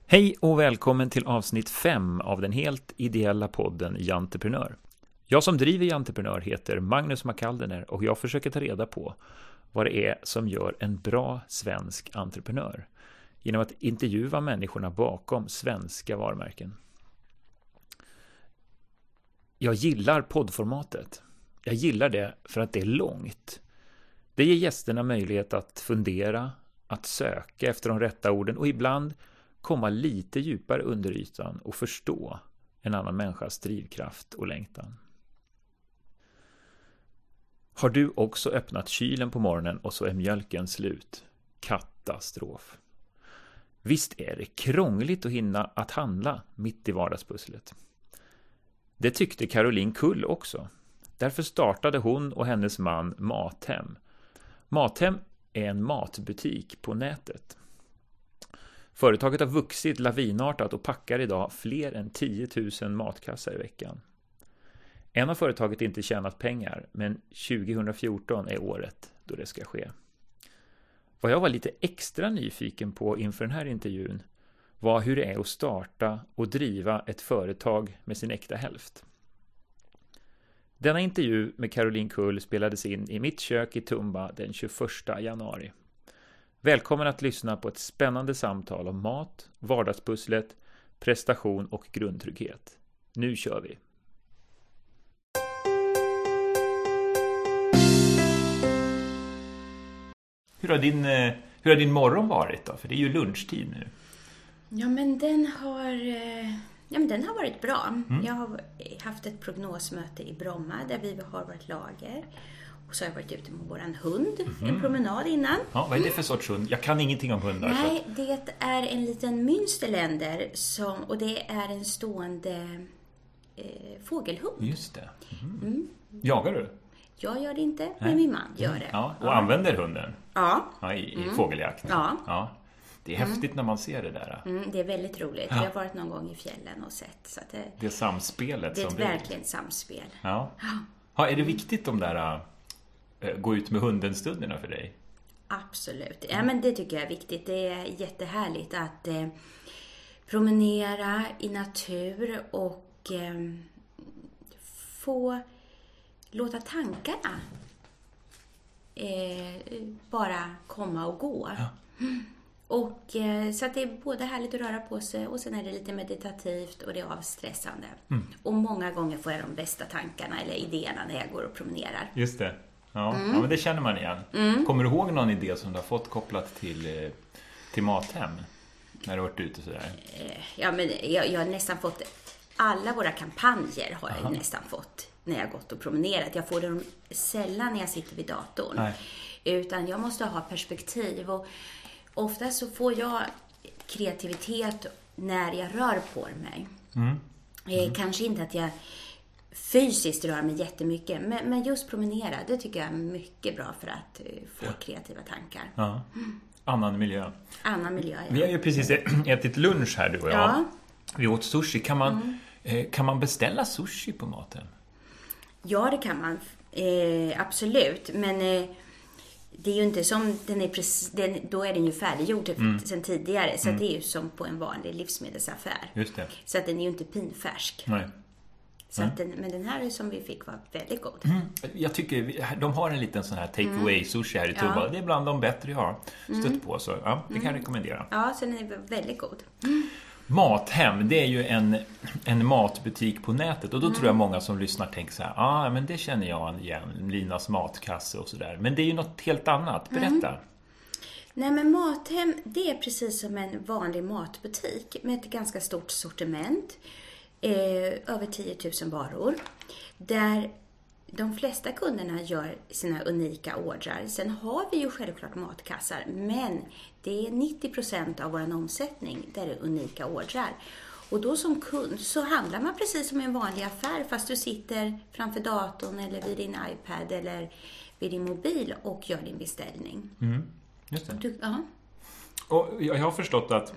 Hej och välkommen till avsnitt 5 av den helt ideella podden Janteprenör. Jag som driver Janteprenör heter Magnus McAldener och jag försöker ta reda på vad det är som gör en bra svensk entreprenör genom att intervjua människorna bakom svenska varumärken. Jag gillar poddformatet. Jag gillar det för att det är långt. Det ger gästerna möjlighet att fundera, att söka efter de rätta orden och ibland komma lite djupare under ytan och förstå en annan människas drivkraft och längtan. Har du också öppnat kylen på morgonen och så är mjölken slut? Katastrof. Visst är det krångligt att hinna att handla mitt i vardagspusslet. Det tyckte Caroline Kull också. Därför startade hon och hennes man Mathem. Mathem är en matbutik på nätet. Företaget har vuxit lavinartat och packar idag fler än 10 000 matkassar i veckan. Än har företaget inte tjänat pengar, men 2014 är året då det ska ske. Vad jag var lite extra nyfiken på inför den här intervjun var hur det är att starta och driva ett företag med sin äkta hälft. Denna intervju med Caroline Kull spelades in i mitt kök i Tumba den 21 januari. Välkommen att lyssna på ett spännande samtal om mat, vardagspusslet, prestation och grundtrygghet. Nu kör vi! Hur har din morgon varit då? För det är ju lunchtid nu. Ja, men den har varit bra. Jag har haft ett prognosmöte i Bromma där vi har varit lager. Och så har jag varit ute med våran hund, en promenad innan. Ja, vad är det för sorts hund? Jag kan ingenting om hundar. Nej, det är en liten Münsterländer och det är en stående fågelhund. Just det. Jagar du? Jag gör det inte, men min man gör det. Ja, och använder hunden? Ja. I fågeljakt? Ja. Det är häftigt när man ser det där. Det är väldigt roligt. Jag har varit någon gång i fjällen och sett. Så att det är samspelet det är som verkligen samspel. Ja, är det viktigt de där gå ut med hunden-stunderna för dig? Absolut. Ja, men det tycker jag är viktigt. Det är jättehärligt att promenera i natur och få låta tankarna bara komma och gå. Ja. Och så att det är både härligt att röra på sig och sen är det lite meditativt och det är avstressande. Och många gånger får jag de bästa tankarna eller idéerna när jag går och promenerar. Just det. Ja, men det känner man igen. Kommer du ihåg någon idé som du har fått kopplat till Mathem när du har varit ute sådär? Ja, men jag har nästan fått alla våra kampanjer har jag nästan fått när jag har gått och promenerat. Jag får dem sällan när jag sitter vid datorn. Nej. Utan jag måste ha perspektiv och ofta så får jag kreativitet när jag rör på mig. Kanske inte att jag fysiskt rör mig jättemycket, men just promenera, det tycker jag är mycket bra för att få kreativa tankar. Ja. Annan miljö. Annan miljö, ja. Vi har ju precis ätit lunch här, du och jag. Ja. Vi åt sushi. Kan man beställa sushi på Mathem? Ja, det kan man. Absolut. Men det är ju inte som då är den ju färdiggjord sedan tidigare. Så det är ju som på en vanlig livsmedelsaffär. Just det. Så att den är ju inte pinfärsk. Nej. Så att men den här som vi fick var väldigt god. Jag tycker de har en liten sån här take-away sushi här i Tuba. Ja. Det är bland de bättre jag har stött på. Så det kan jag rekommendera. Ja, så den är väldigt god. Mathem, det är ju en matbutik på nätet. Och då tror jag många som lyssnar tänker så här, men det känner jag igen, Linas matkasse och sådär. Men det är ju något helt annat. Berätta. Nej, men Mathem, det är precis som en vanlig matbutik med ett ganska stort sortiment. Över 10 000 varor. Där de flesta kunderna gör sina unika ordrar. Sen har vi ju självklart matkassar, men det är 90% av vår omsättning där det är unika ordrar. Och då som kund så handlar man precis som en vanlig affär fast du sitter framför datorn eller vid din iPad eller vid din mobil och gör din beställning. Just det. Och jag har förstått att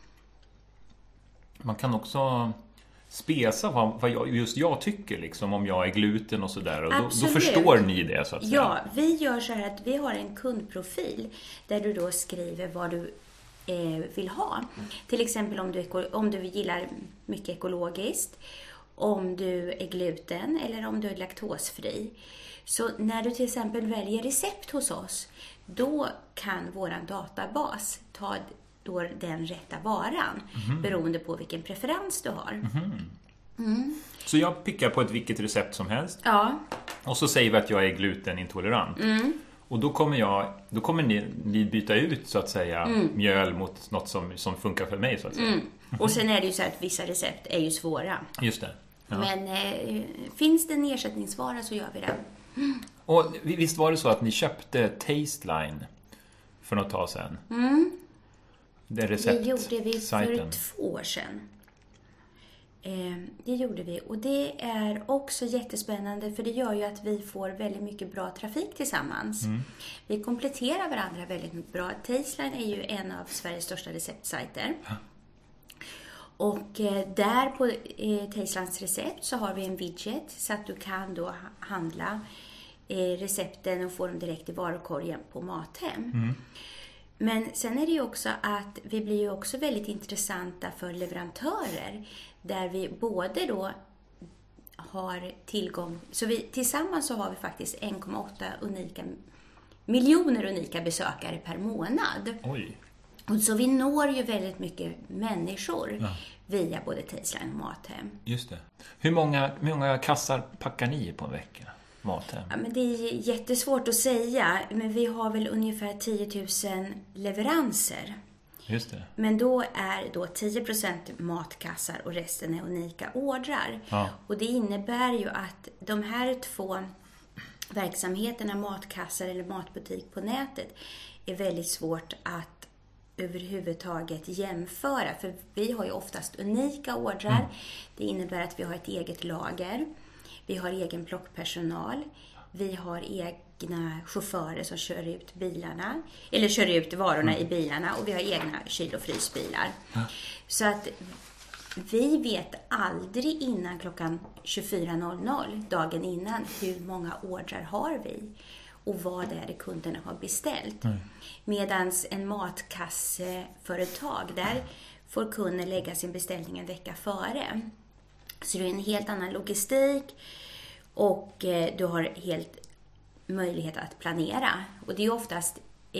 man kan också spesa vad jag tycker liksom, om jag är gluten och sådär. Och då förstår ni det så att säga. Ja, vi gör så här att vi har en kundprofil där du då skriver vad du vill ha. Till exempel om du gillar mycket ekologiskt, om du är gluten eller om du är laktosfri. Så när du till exempel väljer recept hos oss, då kan våran databas ta då den rätta varan beroende på vilken preferens du har. Så jag pickar på vilket recept som helst. Ja. Och så säger vi att jag är glutenintolerant. Och då kommer ni byta ut så att säga mjöl mot något som funkar för mig så att säga. Och sen är det ju så att vissa recept är ju svåra. Just det. Ja. Men finns det en ersättningsvara så gör vi det. Och visst var det så att ni köpte Tasteline för något tag sedan? Det gjorde vi för 2 år sedan. Det gjorde vi. Och det är också jättespännande för det gör ju att vi får väldigt mycket bra trafik tillsammans. Vi kompletterar varandra väldigt bra. Tasteline är ju en av Sveriges största receptsajter. Och där på Tastelines recept så har vi en widget så att du kan då handla recepten och få dem direkt i varukorgen på Mathem. Men sen är det ju också att vi blir ju också väldigt intressanta för leverantörer där vi både då har tillgång, så tillsammans så har vi faktiskt 1,8 miljoner unika besökare per månad. Oj. Och så vi når ju väldigt mycket människor via både Tasteline och Mathem. Just det. Hur många kassar packar ni på en vecka? Mathem? Ja, men det är jättesvårt att säga, men vi har väl ungefär 10 000 leveranser. Just det. Men då är 10% matkassar och resten är unika ordrar. Ja. Och det innebär ju att de här 2 verksamheterna, matkassar eller matbutik på nätet, är väldigt svårt att överhuvudtaget jämföra. För vi har ju oftast unika ordrar. Det innebär att vi har ett eget lager. Vi har egen plockpersonal. Vi har egna chaufförer som kör ut bilarna. Eller kör ut varorna i bilarna. Och vi har egna kyl- och frysbilar. Så att vi vet aldrig innan klockan 24.00 dagen innan hur många ordrar har vi. Och vad det är det kunderna har beställt. Medans en matkasseföretag, där får kunden lägga sin beställning en vecka före. Så det är en helt annan logistik och du har helt möjlighet att planera. Och det är oftast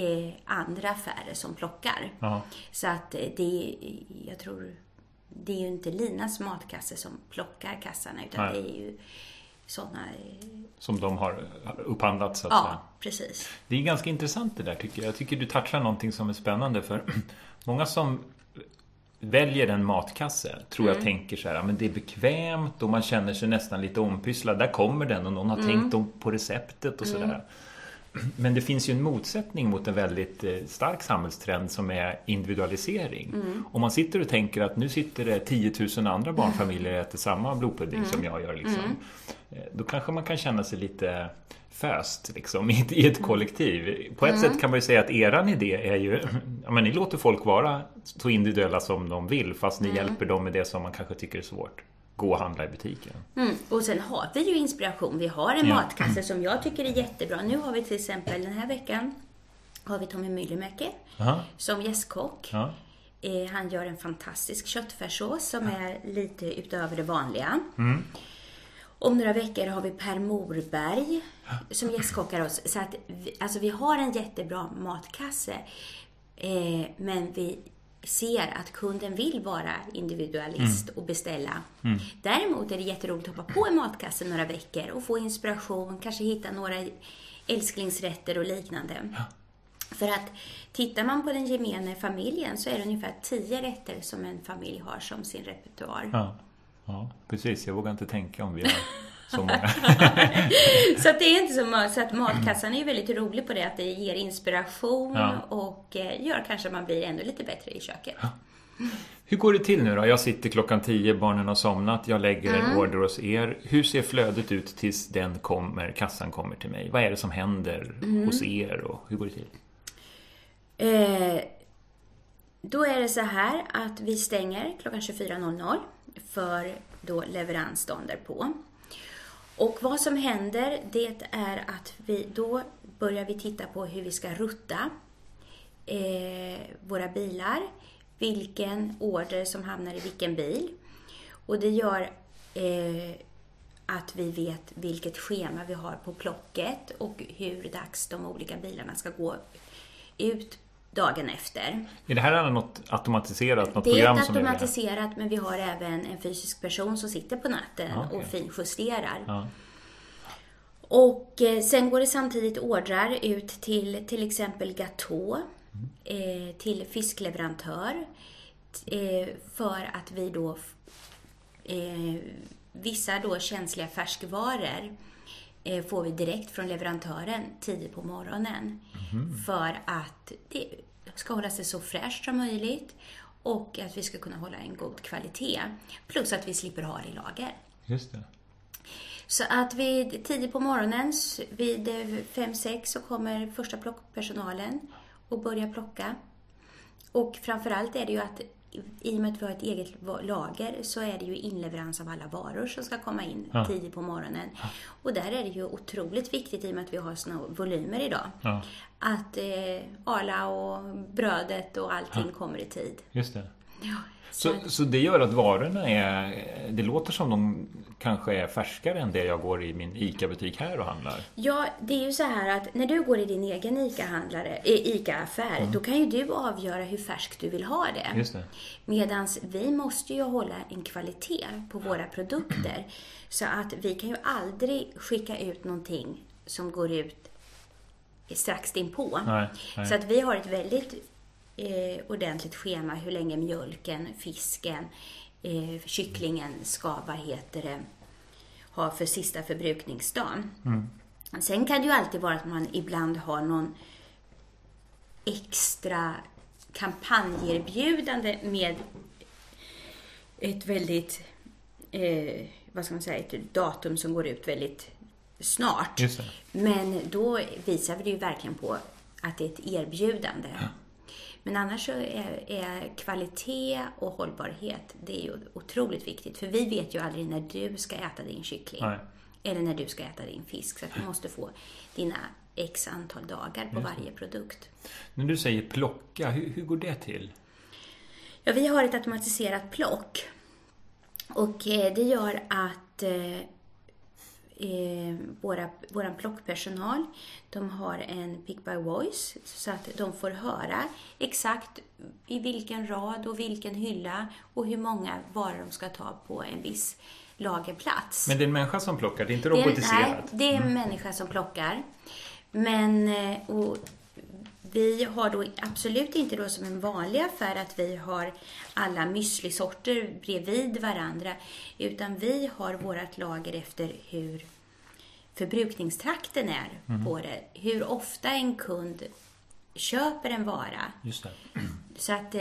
andra affärer som plockar. Så att jag tror det är ju inte Linas matkasse som plockar kassarna, utan det är ju sådana som de har upphandlat så att säga. Ja, precis. Det är ganska intressant det där tycker jag. Jag tycker du touchar någonting som är spännande för många som väljer en matkasse tror jag tänker så här, men det är bekvämt och man känner sig nästan lite ompysslad. Där kommer den och någon har tänkt på receptet och sådär. Men det finns ju en motsättning mot en väldigt stark samhällstrend som är individualisering. Om man sitter och tänker att nu sitter det 10 000 andra barnfamiljer och äter samma blodpudding som jag gör liksom. Då kanske man kan känna sig lite föst liksom, i ett kollektiv. På ett sätt kan man ju säga att eran idé är ju, ja, men ni låter folk vara så individuella som de vill, fast ni hjälper dem med det som man kanske tycker är svårt. Gå och handla i butiken. Och sen har vi ju inspiration. Vi har en matkasse som jag tycker är jättebra. Nu har vi till exempel den här veckan har vi Tommy Myllymäki som gästkock. Han gör en fantastisk köttfärssås som är lite utöver det vanliga. Om några veckor har vi Per Morberg som gästkockar oss. Så att vi har en jättebra matkasse. Men vi ser att kunden vill vara individualist och beställa. Däremot är det jätteroligt att hoppa på en matkasse några veckor och få inspiration, kanske hitta några älsklingsrätter och liknande. För att tittar man på den gemene familjen så är det ungefär 10 rätter som en familj har som sin repertoar. Ja, precis. Jag vågar inte tänka om vi har så många. Så att det är inte så att matkassan är ju väldigt rolig på det, att det ger inspiration och gör kanske att man blir ännu lite bättre i köket. Hur går det till nu då? Jag sitter klockan 10, barnen har somnat, jag lägger en order hos er. Hur ser flödet ut tills kassan kommer till mig? Vad är det som händer hos er och hur går det till? Då är det så här att vi stänger klockan 24.00 för då leveransstånd på. Och vad som händer, det är att då börjar vi titta på hur vi ska rutta våra bilar, vilken order som hamnar i vilken bil. Och det gör att vi vet vilket schema vi har på plocket och hur dags de olika bilarna ska gå ut dagen efter. Är det här något automatiserat, något det program är som är automatiserat, men vi har även en fysisk person som sitter på natten och finjusterar. Ja. Och sen går det samtidigt ordrar ut till exempel Gateau, till fiskleverantör, för att vi då vissa då känsliga färskvaror får vi direkt från leverantören tidigt på morgonen. För att det ska hålla sig så fräscht som möjligt och att vi ska kunna hålla en god kvalitet. Plus att vi slipper ha det i lager. Just det. Så att tidigt på morgonen vid 5-6 så kommer första plockpersonalen och börjar plocka. Och framförallt är det ju att i och med att vi har ett eget lager så är det ju inleverans av alla varor som ska komma in tidigt på morgonen. Och där är det ju otroligt viktigt i och med att vi har såna volymer idag. Att Arla och brödet och allting kommer i tid. Just det. Ja, så det gör att varorna det låter som de kanske är färskare än det jag går i min ICA-butik här och handlar. Ja, det är ju så här att när du går i din egen ICA-affär, då kan ju du avgöra hur färskt du vill ha det. Just det. Medans vi måste ju hålla en kvalitet på våra produkter. Så att vi kan ju aldrig skicka ut någonting som går ut strax inpå. Nej. Så att vi har ett väldigt ordentligt schema hur länge mjölken, fisken, kycklingen ska, ha för sista förbrukningsdagen. Sen kan det ju alltid vara att man ibland har någon extra kampanjerbjudande med ett väldigt ett datum som går ut väldigt snart. Just det. Men då visar vi det ju verkligen på att det är ett erbjudande. Men annars så är kvalitet och hållbarhet, det är ju otroligt viktigt. För vi vet ju aldrig när du ska äta din kyckling. Nej. Eller när du ska äta din fisk. Så att du måste få dina x antal dagar på varje produkt. När du säger plocka, hur går det till? Ja, vi har ett automatiserat plock. Och det gör att våran plockpersonal, de har en pick by voice så att de får höra exakt i vilken rad och vilken hylla och hur många varor de ska ta på en viss lagerplats. Men det är en människa som plockar, det är inte robotiserat? Nej, det är en människa som plockar. Men vi har då absolut inte då som en vanlig affär att vi har alla müslisorter bredvid varandra, utan vi har vårt lager efter hur förbrukningstrakten är på det. Hur ofta en kund köper en vara. Just det. Så att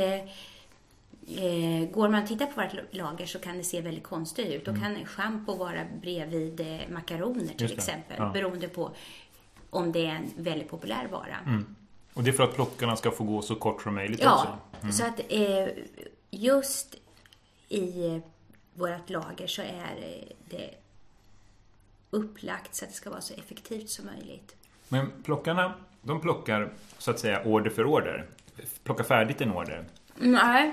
går man och tittar på vårt lager så kan det se väldigt konstigt ut. Då kan shampoo vara bredvid makaroner till exempel. Ja. Beroende på om det är en väldigt populär vara. Och det är för att plockarna ska få gå så kort som möjligt också? Ja, så att just i vårt lager så är det upplagt så att det ska vara så effektivt som möjligt. Men plockarna, de plockar så att säga order för order? Plockar färdigt en order? Nej,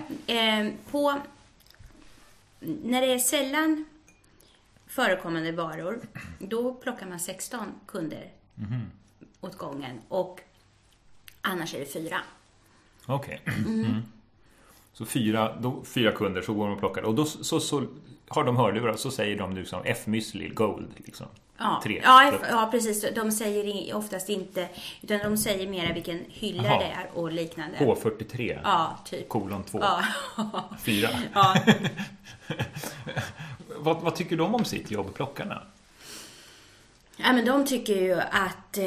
när det är sällan förekommande varor, då plockar man 16 kunder åt gången och annars är det 4. Okej. Så 4 kunder så går de och plockar. Och då så har de hörlurar så säger de liksom F-müsli Gold liksom. Ja. 3. Ja, precis. De säger oftast inte, utan de säger mer vilken hylla det är och liknande. H43. Ja, typ. Kolon 2. Ja. 4. Ja. Vad tycker de om sitt jobb, plockarna? Ja, men de tycker ju att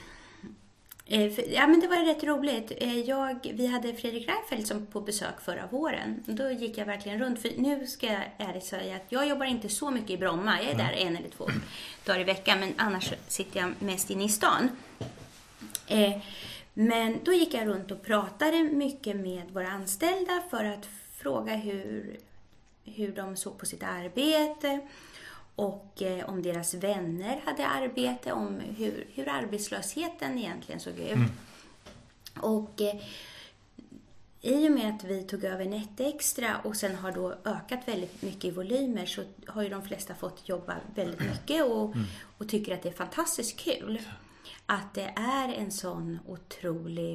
men det var rätt roligt. Vi hade Fredrik Reinfeldt som på besök förra våren. Då gick jag verkligen runt. För nu ska jag ärligt säga att jag jobbar inte så mycket i Bromma. Jag är där 1 eller 2 dagar i veckan. Men annars sitter jag mest inne i stan. Men då gick jag runt och pratade mycket med våra anställda för att fråga hur de såg på sitt arbete. Och om deras vänner hade arbete, om hur arbetslösheten egentligen såg ut. Och i och med att vi tog över Netextra och sen har då ökat väldigt mycket i volymer, så har ju de flesta fått jobba väldigt mycket och tycker att det är fantastiskt kul. Att det är en sån otrolig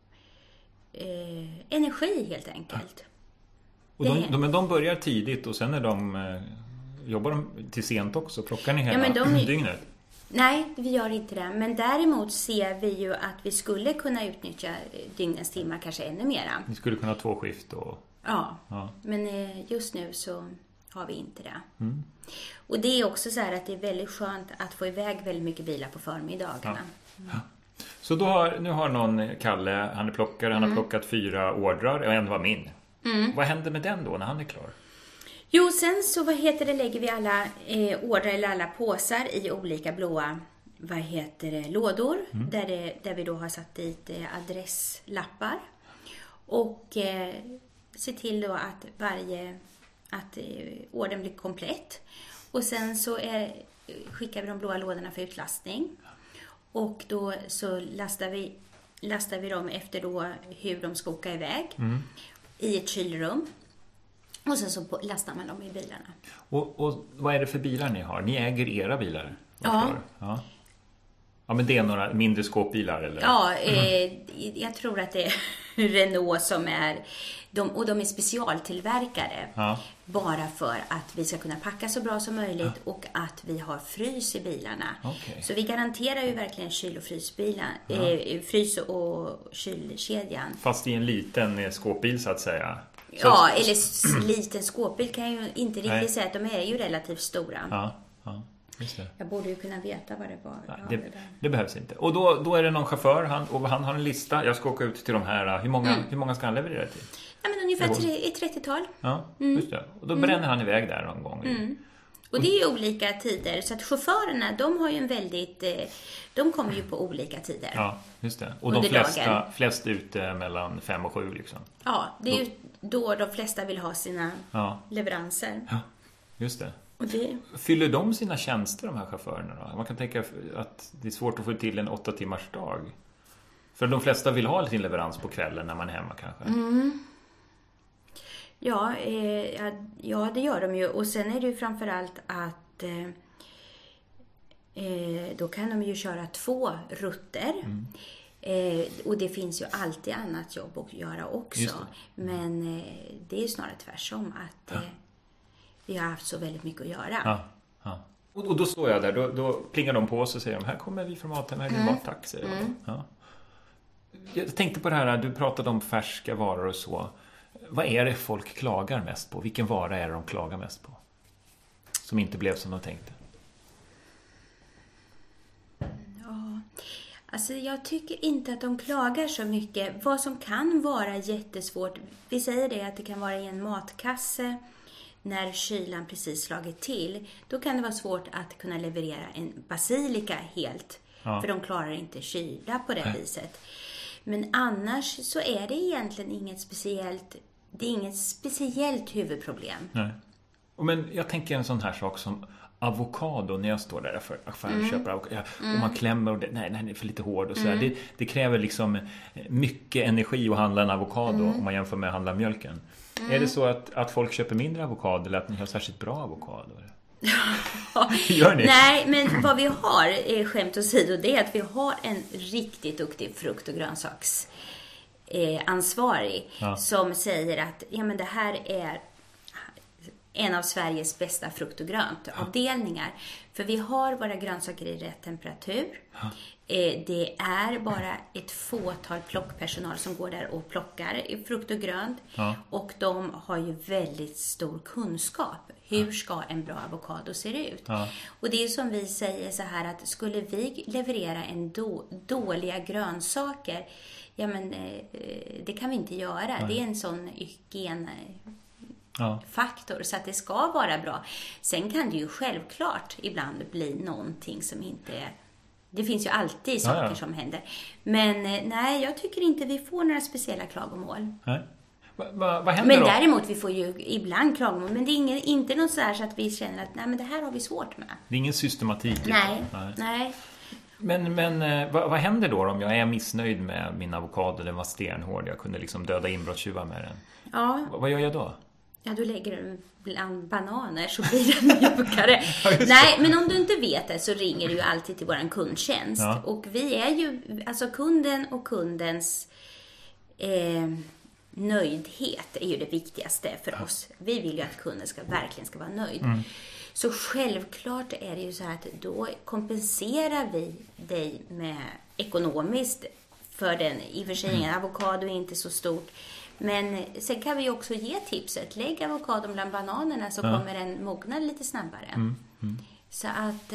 energi helt enkelt. Och de börjar tidigt och sen är jobbar de till sent också? Plockar ni hela dygnet? Nej, vi gör inte det. Men däremot ser vi ju att vi skulle kunna utnyttja dygnens timmar kanske ännu mera. Ni skulle kunna ha 2 skift Ja, men just nu så har vi inte det. Och det är också så här att det är väldigt skönt att få iväg väldigt mycket bilar på förmiddagarna. Ja. Så nu har någon, Kalle, han är plockare, han har plockat 4 ordrar och en var min. Vad händer med den då när han är klar? Jo, sen så lägger vi alla ordrar eller alla påsar i olika blåa lådor där vi då har satt dit adresslappar och se till då att ordern blir komplett. Och sen så skickar vi de blåa lådorna för utlastning. Och då så lastar vi dem efter då hur de ska åka iväg i ett kylrum. Och sen så lastar man dem i bilarna. Och vad är det för bilar ni har? Ni äger era bilar? Ja. Ja, men det är några mindre skåpbilar eller? Ja, jag tror att det är Renault som är och de är specialtillverkade bara för att vi ska kunna packa så bra som möjligt och att vi har frys i bilarna. Okay. Så vi garanterar ju verkligen kyl- och frysbilar, frys- och kylkedjan. Fast i en liten skåpbil så att säga. Eller liten skåpbil kan jag ju inte riktigt säga att de är ju relativt stora. Ja, just det. Jag borde ju kunna veta vad det var. Ja, det behövs inte. Och då är det någon chaufför, han har en lista. Jag ska åka ut till de här. Hur många ska han leverera till? Ja, men ungefär ett 30-tal. Ja, just det. Och då bränner han iväg där någon gång. Och det är ju olika tider. Så att chaufförerna, de har ju de kommer ju på olika tider. Ja, just det. Och de flesta ute mellan 5 och 7 liksom. Ja, det är ju då de flesta vill ha sina leveranser. Ja, just det. Och Fyller de sina tjänster, de här chaufförerna då? Man kan tänka att det är svårt att få till en 8 timmars dag. För de flesta vill ha sin leverans på kvällen när man är hemma kanske. Ja, det gör de ju. Och sen är det ju framförallt att då kan de ju köra 2 rutter. Och det finns ju alltid annat jobb att göra också. Men det är ju snarare tvärsom att vi har haft så väldigt mycket att göra. Ja. Och då står jag där, då plingar de på oss och säger här kommer vi från Mathem, här är din mat, tack, säger de. Ja. Jag tänkte på det här, du pratade om färska varor och så. Vad är det folk klagar mest på? Vilken vara är det de klagar mest på? Som inte blev som de tänkte. Ja, alltså jag tycker inte att de klagar så mycket. Vad som kan vara jättesvårt, vi säger det att det kan vara i en matkasse när kylan precis slagit till. Då kan det vara svårt att kunna leverera en basilika helt. För de klarar inte kyla på det viset. Men annars så är det egentligen inget speciellt huvudproblem. Nej. Men jag tänker en sån här sak som avokado när jag står där för affären och köper avokado. Och man klämmer och nej, det är för lite hård och så där. Det kräver liksom mycket energi att handla en avokado om man jämför med att handla mjölken. Är det så att folk köper mindre avokado eller att ni har särskilt bra avokado? Gör ni? Nej, men vad vi har, skämt åsido, det är att vi har en riktigt duktig frukt- och grönsaks ansvarig som säger att men det här är en av Sveriges bästa frukt- och gröntavdelningar. För vi har våra grönsaker i rätt temperatur. Det är bara ett fåtal plockpersonal som går där och plockar frukt och grönt. Och de har ju väldigt stor kunskap. Hur ska en bra avokado se ut? Och det är som vi säger så här att skulle vi leverera dåliga grönsaker, det kan vi inte göra. Det är en sån faktor så att det ska vara bra. Sen kan det ju självklart ibland bli någonting som inte är. Det finns ju alltid saker som händer. Men nej, jag tycker inte vi får några speciella klagomål. Nej. Vad händer men då? Däremot vi får ju ibland klagomål. Men det är inte något så här så att vi känner att nej, men det här har vi svårt med. Det är ingen systematik. Nej. Men vad händer då om jag är missnöjd med min avokado? Den var stenhård. Jag kunde liksom döda inbrottstjuvar med den. Ja. Vad gör jag då? Ja, du lägger den bland bananer så blir den mjukare. Nej, men om du inte vet det så ringer du ju alltid till våran kundtjänst. Ja. Och vi är ju, alltså kunden och kundens nöjdhet är ju det viktigaste för oss. Vi vill ju att kunden verkligen ska vara nöjd. Så självklart är det ju så här att då kompenserar vi dig med ekonomiskt för den. I och för sig en avokado är inte så stort. Men sen kan vi också ge tipset. Lägg avokadon bland bananerna så kommer den mogna lite snabbare. Så att...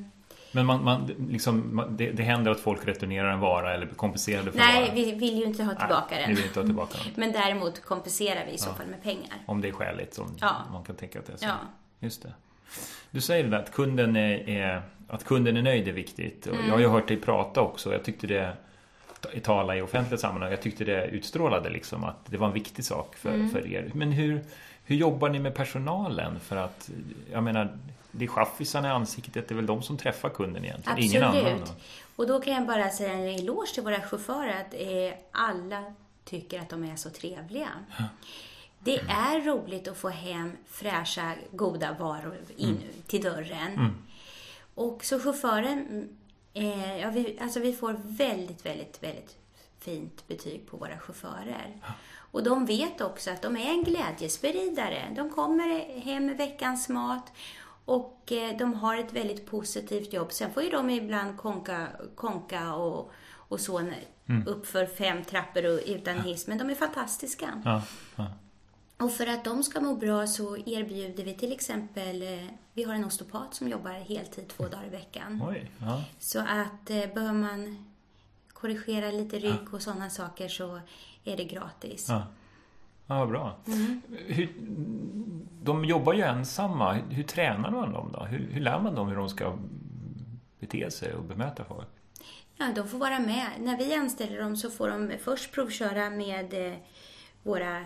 Men det händer att folk returnerar en vara eller kompenserar det för nej, varan? vi vill ju inte ha tillbaka den. Ni vill inte ha tillbaka den. Men däremot kompenserar vi i så fall med pengar. Om det är skäligt som man kan tänka att det är så. Ja. Just det. Du säger det att kunden är nöjd är viktigt. Och jag har ju hört dig prata också. Jag tyckte det tala i offentliga sammanhang. Jag tyckte det utstrålade liksom att det var en viktig sak för er. Men hur jobbar ni med personalen? För att, jag menar, det är chaffisarna i ansiktet. Det är väl de som träffar kunden egentligen. Absolut. Ingen annan. Och då kan jag bara säga en eloge till våra chaufförer att alla tycker att de är så trevliga. Det är roligt att få hem fräscha, goda varor in till dörren. Och så chauffören, vi får väldigt, väldigt, väldigt fint betyg på våra chaufförer. Och de vet också att de är en glädjespridare. De kommer hem med veckans mat och de har ett väldigt positivt jobb. Sen får ju de ibland konka och så upp för 5 trappor och utan hiss. Men de är fantastiska. Ja. Och för att de ska må bra så erbjuder vi till exempel, vi har en osteopat som jobbar heltid 2 dagar i veckan. Oj, ja. Så att behöver man korrigera lite rygg och sådana saker så är det gratis. Ja, vad bra. De jobbar ju ensamma. Hur tränar man dem då? Hur lär man dem hur de ska bete sig och bemöta folk? Ja, de får vara med. När vi anställer dem så får de först provköra med våra,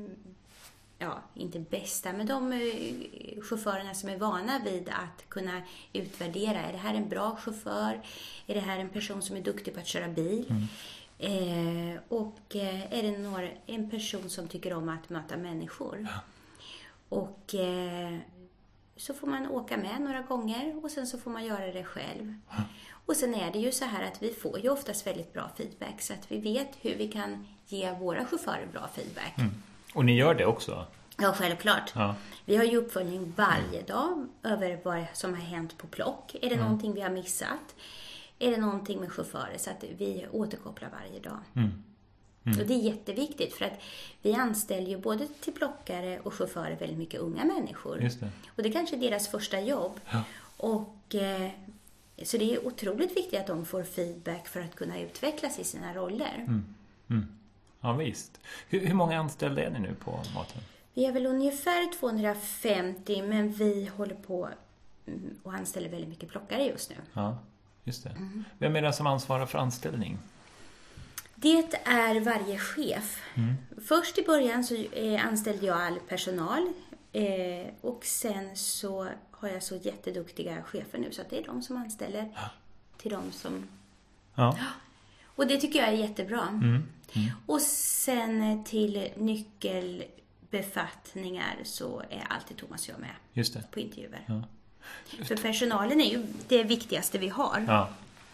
inte bästa, men de chaufförerna som är vana vid att kunna utvärdera. Är det här en bra chaufför? Är det här en person som är duktig på att köra bil? Och är det en person som tycker om att möta människor? Och så får man åka med några gånger och sen så får man göra det själv. Och sen är det ju så här att vi får ju oftast väldigt bra feedback så att vi vet hur vi kan ge våra chaufförer bra feedback. Och ni gör det också? Ja, självklart. Ja. Vi har ju uppföljning varje dag över vad som har hänt på plock. Är det någonting vi har missat? Är det någonting med chaufförer? Så att vi återkopplar varje dag. Och det är jätteviktigt för att vi anställer ju både till plockare och chaufförer väldigt mycket unga människor. Just det. Och det kanske är deras första jobb. Ja. Och så det är otroligt viktigt att de får feedback för att kunna utvecklas i sina roller. Ja, visst. Hur många anställda är ni nu på Mathem? Vi är väl ungefär 250, men vi håller på och anställer väldigt mycket plockare just nu. Ja, just det. Vem är det som ansvarar för anställning? Det är varje chef. Först i början så anställde jag all personal. Och sen så har jag så jätteduktiga chefer nu så att det är de som anställer till de som... Ja. Och det tycker jag är jättebra. Och sen till nyckelbefattningar så är alltid Thomas och jag med. Just det. På intervjuer. Ja. För personalen är ju det viktigaste vi har. Ja.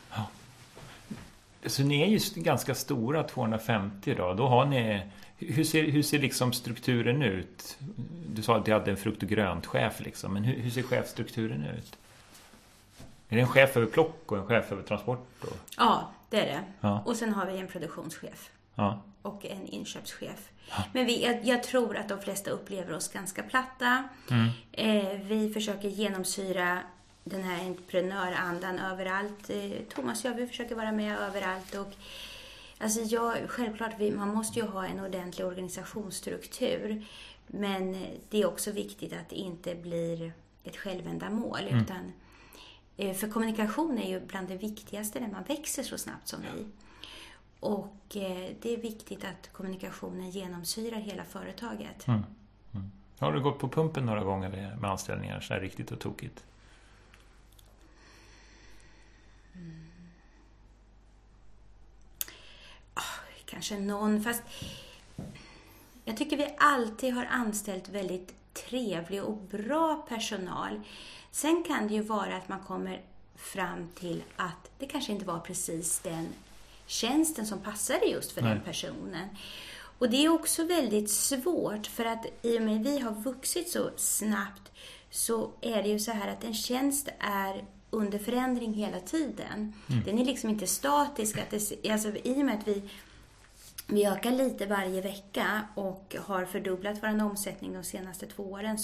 Så ni är ju ganska stora, 250 idag. Då har ni... Hur ser liksom strukturen ut? Du sa att du hade en frukt- och grönt-chef liksom. Men hur ser chefstrukturen ut? Är det en chef över plock och en chef över transport? Ja, det är det. Ja. Och sen har vi en produktionschef. Ja. Och en inköpschef. Men jag tror att de flesta upplever oss ganska platta. Vi försöker genomsyra den här entreprenörandan överallt. Thomas och jag, vi försöker vara med överallt. Och, alltså självklart, man måste ju ha en ordentlig organisationsstruktur. Men det är också viktigt att det inte blir ett självändamål. Utan, för kommunikation är ju bland det viktigaste när man växer så snabbt som vi. Och det är viktigt att kommunikationen genomsyrar hela företaget. Har du gått på pumpen några gånger med anställningar så här riktigt och tokigt? kanske någon, fast jag tycker vi alltid har anställt väldigt trevlig och bra personal. Sen kan det ju vara att man kommer fram till att det kanske inte var precis den tjänsten som passade just för den personen. Och det är också väldigt svårt, för att i och med att vi har vuxit så snabbt så är det ju så här att en tjänst är under förändring hela tiden. Den är liksom inte statisk. Alltså, i och med att vi ökar lite varje vecka och har fördubblat vår omsättning de senaste 2 åren,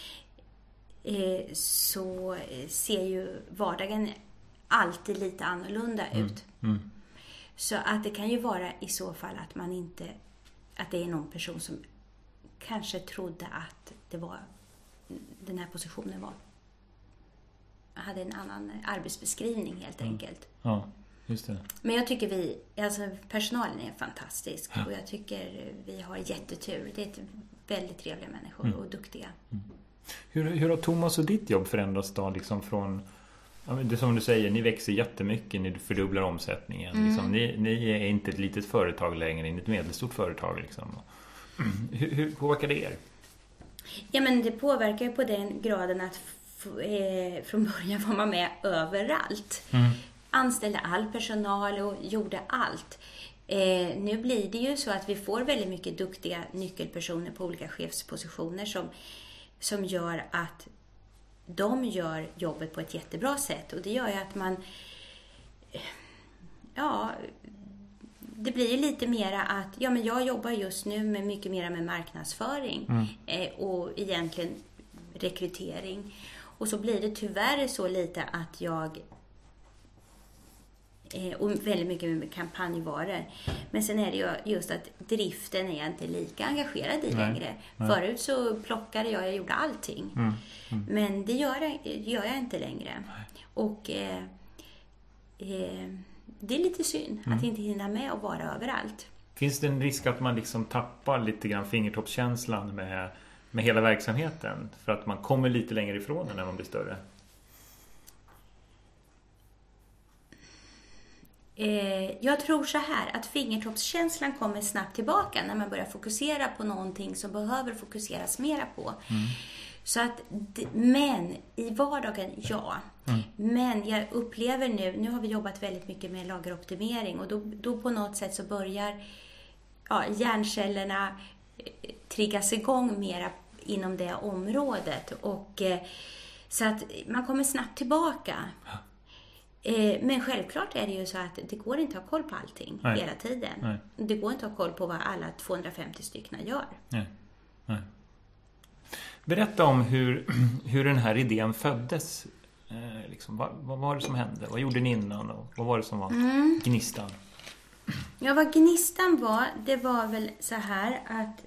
så ser ju vardagen alltid lite annorlunda ut. Så att det kan ju vara i så fall att man inte, att det är någon person som kanske trodde att det var den här positionen hade en annan arbetsbeskrivning helt enkelt. Ja, just det. Men jag tycker personalen är fantastisk och jag tycker vi har jättetur. Det är väldigt trevliga människor och duktiga. Hur har Thomas och ditt jobb förändrats då, liksom från, det som du säger, ni växer jättemycket, ni fördubblar omsättningen. Liksom, ni är inte ett litet företag längre, ni är ett medelstort företag. Liksom. Hur påverkar det er? Ja, men det påverkar ju på den graden att från början var man med överallt. Anställde all personal och gjorde allt. Nu blir det ju så att vi får väldigt mycket duktiga nyckelpersoner på olika chefspositioner som gör att de gör jobbet på ett jättebra sätt. Och det gör ju att man... det blir ju lite mera att... Ja, men jag jobbar just nu med mycket mera med marknadsföring. Och egentligen rekrytering. Och så blir det tyvärr så lite att jag... Och väldigt mycket med kampanjvaror. Men sen är det ju just att driften är jag inte lika engagerad i längre. Förut så plockade jag gjorde allting. Men det gör jag inte längre. Och det är lite synd att inte hinna med att vara överallt. Finns det en risk att man liksom tappar lite grann fingertoppskänslan med hela verksamheten? För att man kommer lite längre ifrån den när man blir större? Jag tror så här att fingertoppskänslan kommer snabbt tillbaka när man börjar fokusera på någonting som behöver fokuseras mera på. Så att, men i vardagen, ja. Men jag upplever nu har vi jobbat väldigt mycket med lageroptimering och då på något sätt så börjar hjärncellerna triggas igång mera inom det området. Och så att man kommer snabbt tillbaka. Men självklart är det ju så att det går inte att ha koll på allting hela tiden. Nej. Det går inte att ha koll på vad alla 250 stycken gör. Nej. Berätta om hur den här idén föddes. Liksom, vad var det som hände? Vad gjorde ni innan? Och vad var det som var gnistan? Ja, vad gnistan var, det var väl så här att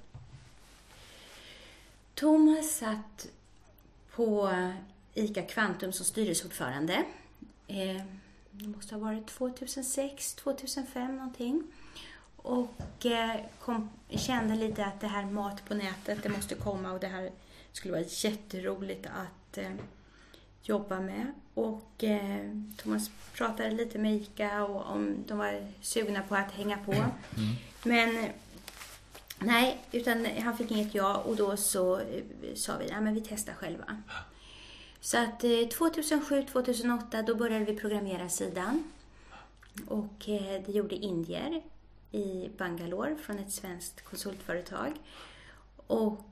Thomas satt på ICA Kvantum som styrelseordförande. Det måste ha varit 2006, 2005 någonting. Och kände lite att det här mat på nätet, det måste komma och det här skulle vara jätteroligt att jobba med. Och Thomas pratade lite med ICA och om de var sugna på att hänga på. Men nej, utan han fick inget ja och då så sa vi, men vi testar själva. Så att 2007-2008 då började vi programmera sidan och det gjorde indier i Bangalore från ett svenskt konsultföretag. Och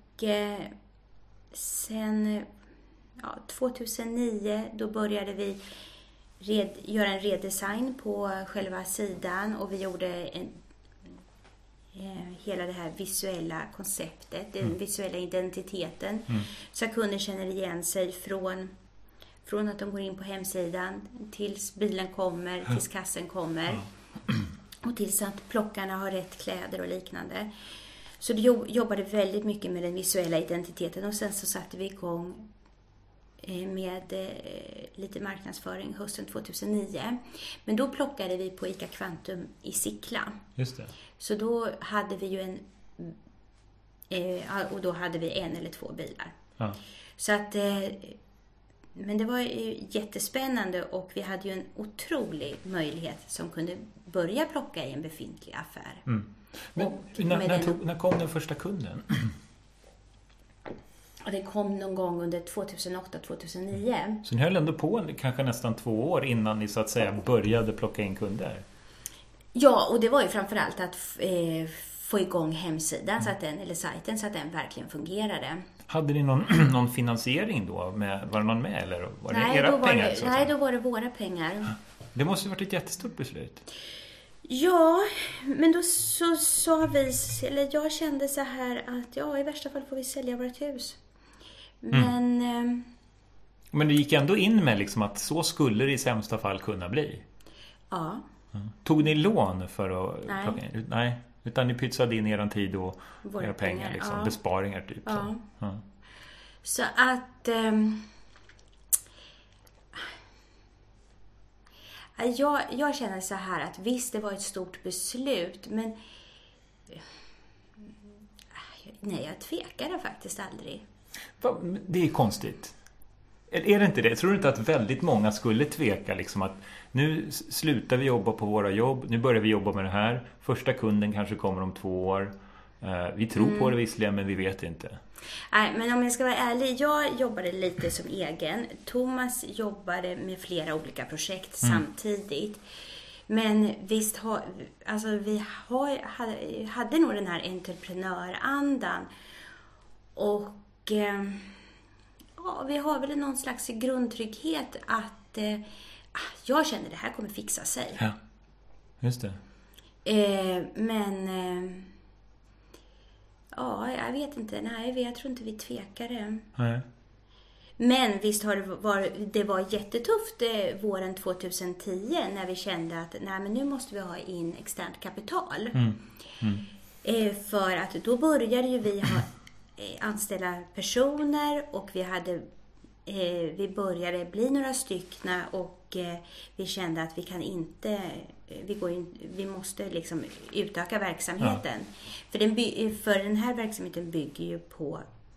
sen 2009 då började vi göra en redesign på själva sidan och vi gjorde hela det här visuella konceptet, den visuella identiteten, så att kunder känner igen sig från att de går in på hemsidan tills bilen kommer, tills kassen kommer och tills att plockarna har rätt kläder och liknande. Så det jobbade väldigt mycket med den visuella identiteten och sen så satte vi igång med lite marknadsföring hösten 2009. Men då plockade vi på ICA Kvantum i Sickla. Just det. Så då hade vi ju och då hade vi 1 eller 2 bilar. Ja. Så att Men det var ju jättespännande och vi hade ju en otrolig möjlighet som kunde börja plocka i en befintlig affär. Men när kom den första kunden? Och det kom någon gång under 2008-2009. Så ni höll ändå på kanske nästan 2 år innan ni så att säga började plocka in kunder? Ja, och det var ju framförallt att få igång hemsidan eller sajten så att den verkligen fungerade. Hade ni någon finansiering då? Var det någon med eller var det era pengar? Nej, då var det våra pengar. Det måste ju varit ett jättestort beslut. Ja, men då så sa vi, eller jag kände så här att i värsta fall får vi sälja vårt hus. Men det gick ändå in med liksom att så skulle det i sämsta fall kunna bli. Ja. Tog ni lån för att plocka in? Nej, utan ni pytsade in er tid och era pengar liksom, besparingar typ. Ja. Så att jag känner så här att visst, det var ett stort beslut, men nej, jag tvekade faktiskt aldrig. Det är konstigt. Är det inte det? Jag tror inte att väldigt många skulle tveka liksom att nu slutar vi jobba på våra jobb, nu börjar vi jobba med det här. Första kunden kanske kommer om 2 år. Vi tror på det visserligen, men vi vet inte. Nej, men om jag ska vara ärlig, jag jobbade lite som egen. Thomas jobbade med flera olika projekt samtidigt. Men visst, vi hade nog den här entreprenörandan. Och vi har väl någon slags grundtrygghet att jag känner det här kommer fixa sig. Ja, just det. Men jag vet inte. Nej, jag tror inte vi tvekade. Nej. Men visst det var jättetufft våren 2010 när vi kände att men nu måste vi ha in externt kapital. För att då började ju vi anställa personer och vi började bli några styckna och vi kände att vi kan inte vi måste liksom utöka verksamheten. För den här verksamheten bygger ju på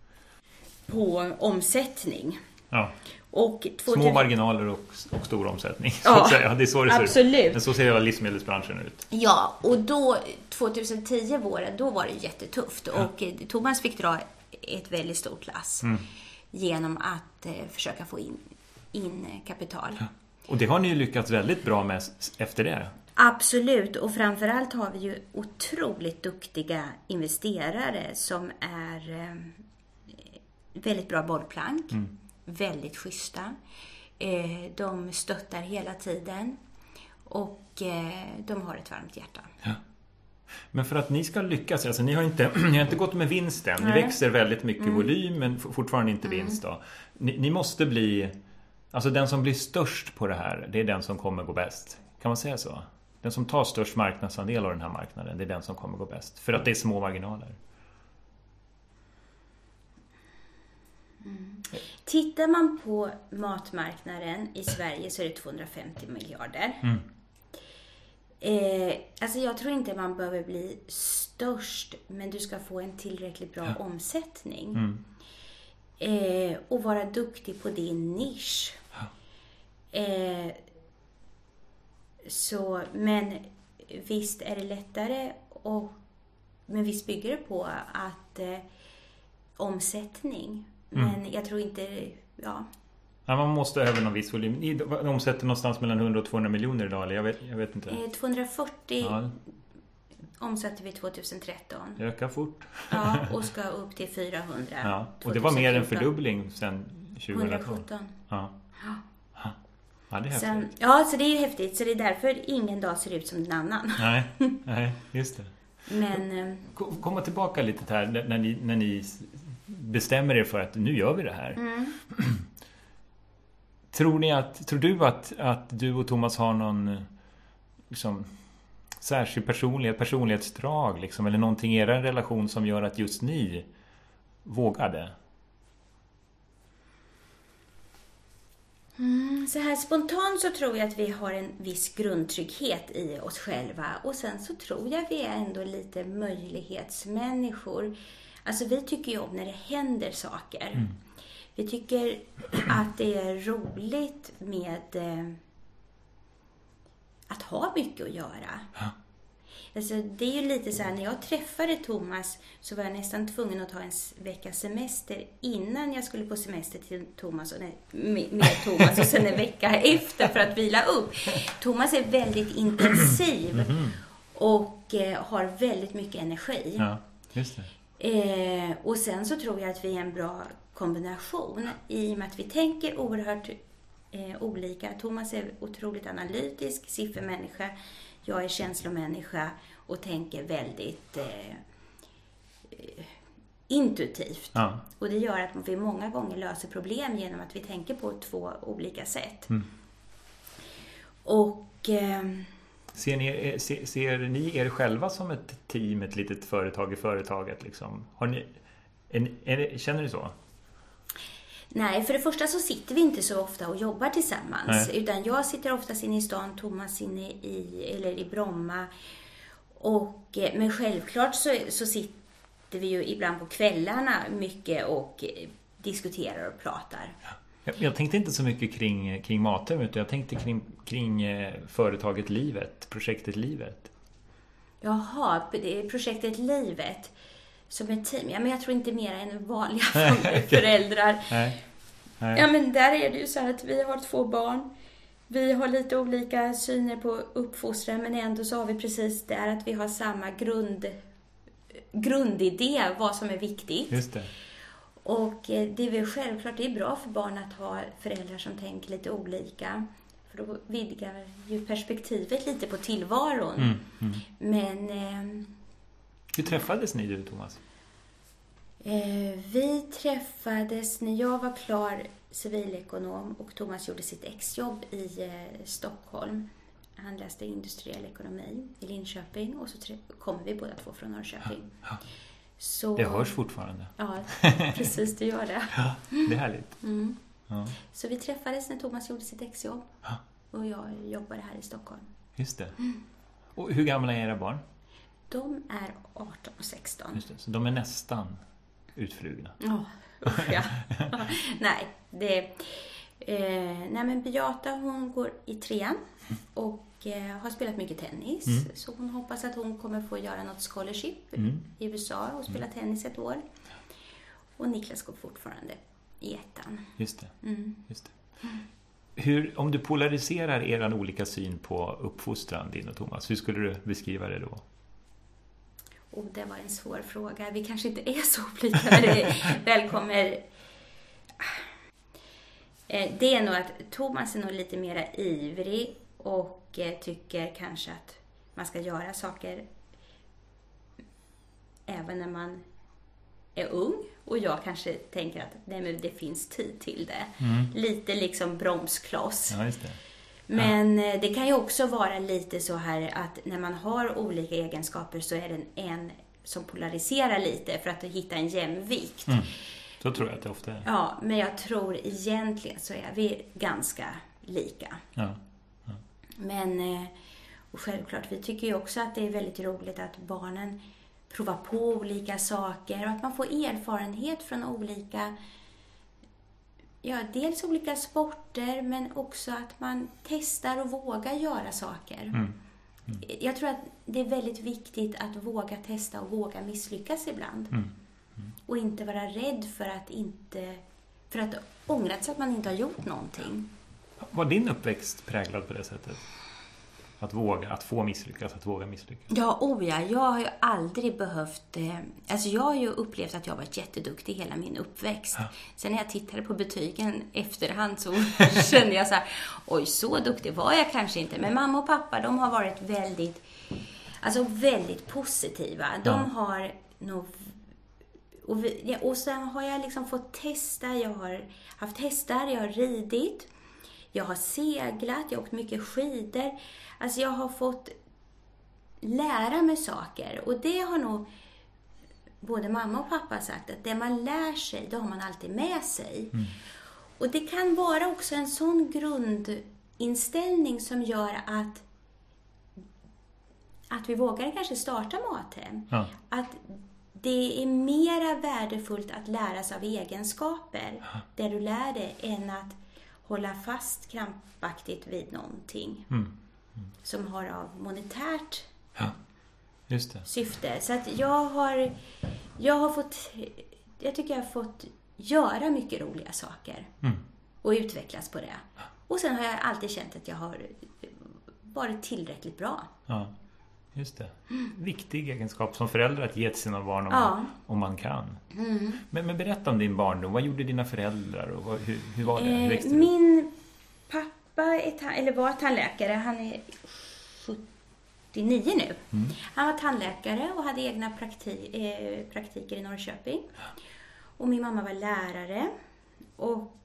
omsättning. Ja. Och små marginaler och stor omsättning. Så ja, att säga. Det är så det absolut. Ser ut. Men så ser hela livsmedelsbranschen ut. Ja, och då 2010 våren, då var det jättetufft. Ja. Och Thomas fick dra ett väldigt stort lass genom att försöka få in kapital. Ja. Och det har ni ju lyckats väldigt bra med efter det. Absolut, och framförallt har vi ju otroligt duktiga investerare som är väldigt bra bollplank, väldigt schyssta. De stöttar hela tiden och de har ett varmt hjärta. Ja. Men för att ni ska lyckas, alltså ni har inte gått med vinsten. Ni växer väldigt mycket volym men fortfarande inte vinst då. Ni måste bli, alltså den som blir störst på det här, det är den som kommer gå bäst. Kan man säga så? Den som tar störst marknadsandel av den här marknaden, det är den som kommer gå bäst. För att det är små marginaler. Tittar man på matmarknaden i Sverige så är det 250 miljarder. Alltså jag tror inte man behöver bli störst, men du ska få en tillräckligt bra omsättning. Och vara duktig på din nisch. Men visst är det lättare men visst bygger det på att omsättning. Men jag tror inte, Ja, man måste över någon viss volym. Ni omsätter någonstans mellan 100 och 200 miljoner idag, eller jag vet inte. 240 omsatte vi 2013. Det ökar fort. Ja, och ska upp till 400. Ja, och det var mer än fördubbling sedan 2012. 117. Ja, det är häftigt. Så det är ju häftigt. Så det är därför ingen dag ser ut som den annan. Nej, just det. Men komma tillbaka lite här när ni bestämmer er för att nu gör vi det här. Tror du att du och Thomas har någon liksom, särskild personlighetsdrag liksom, eller någonting i er relation som gör att just ni vågade? Så här spontant så tror jag att vi har en viss grundtrygghet i oss själva. Och sen så tror jag vi är ändå lite möjlighetsmänniskor. Alltså vi tycker ju om när det händer saker. Vi tycker att det är roligt med att ha mycket att göra. Ja. Alltså, det är ju lite så här, när jag träffade Thomas så var jag nästan tvungen att ta en veckas semester innan jag skulle på semester till Thomas med Thomas och sen en vecka efter för att vila upp. Thomas är väldigt intensiv och har väldigt mycket energi. Ja, just det. Och sen så tror jag att vi är en bra kombination i och med att vi tänker oerhört olika. Thomas är otroligt analytisk, siffermänniska. Jag är känslomänniska och tänker väldigt intuitivt. Ja. Och det gör att vi många gånger löser problem genom att vi tänker på 2 olika sätt. Och ser ni er själva som ett team, ett litet företag i företaget? Liksom? Känner ni så? Nej, för det första så sitter vi inte så ofta och jobbar tillsammans. Nej. Utan jag sitter oftast inne i stan, Thomas inne i Bromma. Men självklart så sitter vi ju ibland på kvällarna mycket och diskuterar och pratar. Jag tänkte inte så mycket kring Mathem, utan jag tänkte kring företaget Livet, projektet Livet. Jaha, det är projektet Livet som ett team. Ja, men jag tror inte mer än vanliga föräldrar. Nej. Ja, men där är det ju så här att vi har 2 barn. Vi har lite olika syner på uppfostran, men ändå så har vi precis där att vi har samma grundidé vad som är viktigt. Just det. Och det är väl självklart, det är bra för barn att ha föräldrar som tänker lite olika. För då vidgar ju perspektivet lite på tillvaron. Men hur träffades ni, du Thomas? Vi träffades när jag var klar civilekonom och Thomas gjorde sitt exjobb i Stockholm. Han läste industriell ekonomi i Linköping och så kommer vi båda 2 från Norrköping. Ja. Så, det hörs fortfarande. Ja, precis, det gör det. Ja, det är härligt. Ja. Så vi träffades när Thomas gjorde sitt exjobb och jag jobbade här i Stockholm. Just det. Och hur gamla är era barn? De är 18 och 16. Just det. Så de är nästan utflugna. Ja. Nej, men Beata, hon går i 3:an och har spelat mycket tennis. Så hon hoppas att hon kommer få göra något scholarship i USA och spela tennis ett år. Och Niklas går fortfarande i 1:an. Just det. Om du polariserar er olika syn på uppfostran, din och Thomas, hur skulle du beskriva det då? Det var en svår fråga. Vi kanske inte är så olika när det väl kommer. Det är nog att Thomas är nog lite mer ivrig och tycker kanske att man ska göra saker även när man är ung. Och jag kanske tänker att det finns tid till det. Lite liksom bromskloss. Ja, just det. Men det kan ju också vara lite så här att när man har olika egenskaper så är det en som polariserar lite för att hitta en jämvikt. Så tror jag att det ofta är. Ja, men jag tror egentligen så är vi ganska lika. Ja. Men och självklart, vi tycker ju också att det är väldigt roligt att barnen provar på olika saker och att man får erfarenhet från olika, dels olika sporter, men också att man testar och vågar göra saker. Jag tror att det är väldigt viktigt att våga testa och våga misslyckas ibland. Och inte vara rädd för att ångra sig att man inte har gjort någonting. Var din uppväxt präglad på det sättet? Att få misslyckas, att våga misslyckas? Ja, jag har ju aldrig behövt. Alltså jag har ju upplevt att jag har varit jätteduktig hela min uppväxt. Sen när jag tittade på betygen efterhand så kände jag så här: oj, så duktig var jag kanske inte. Men mamma och pappa, de har varit väldigt positiva. De har nog. Och sen har jag liksom fått testa. Jag har haft hästar, jag har ridit. Jag har seglat, jag har åkt mycket skidor. Alltså jag har fått lära mig saker. Och det har nog både mamma och pappa sagt, att det man lär sig, det har man alltid med sig. Och det kan vara också en sån grundinställning som gör att vi vågar kanske starta Mathem. Att det är mera värdefullt att lära sig av egenskaper där du lär dig än att hålla fast krampaktigt vid någonting som har av monetärt just det. syfte. Så att jag tycker jag har fått göra mycket roliga saker och utvecklas på det. Och sen har jag alltid känt att jag har varit tillräckligt bra. Ja, just det. Viktig egenskap som förälder att ge till sina barn om man kan. Men berätta om din barndom. Vad gjorde dina föräldrar och hur var det? Hur växte du? Min pappa var tandläkare. Han är 79 nu. Han var tandläkare och hade egna praktiker i Norrköping. Och min mamma var lärare. Och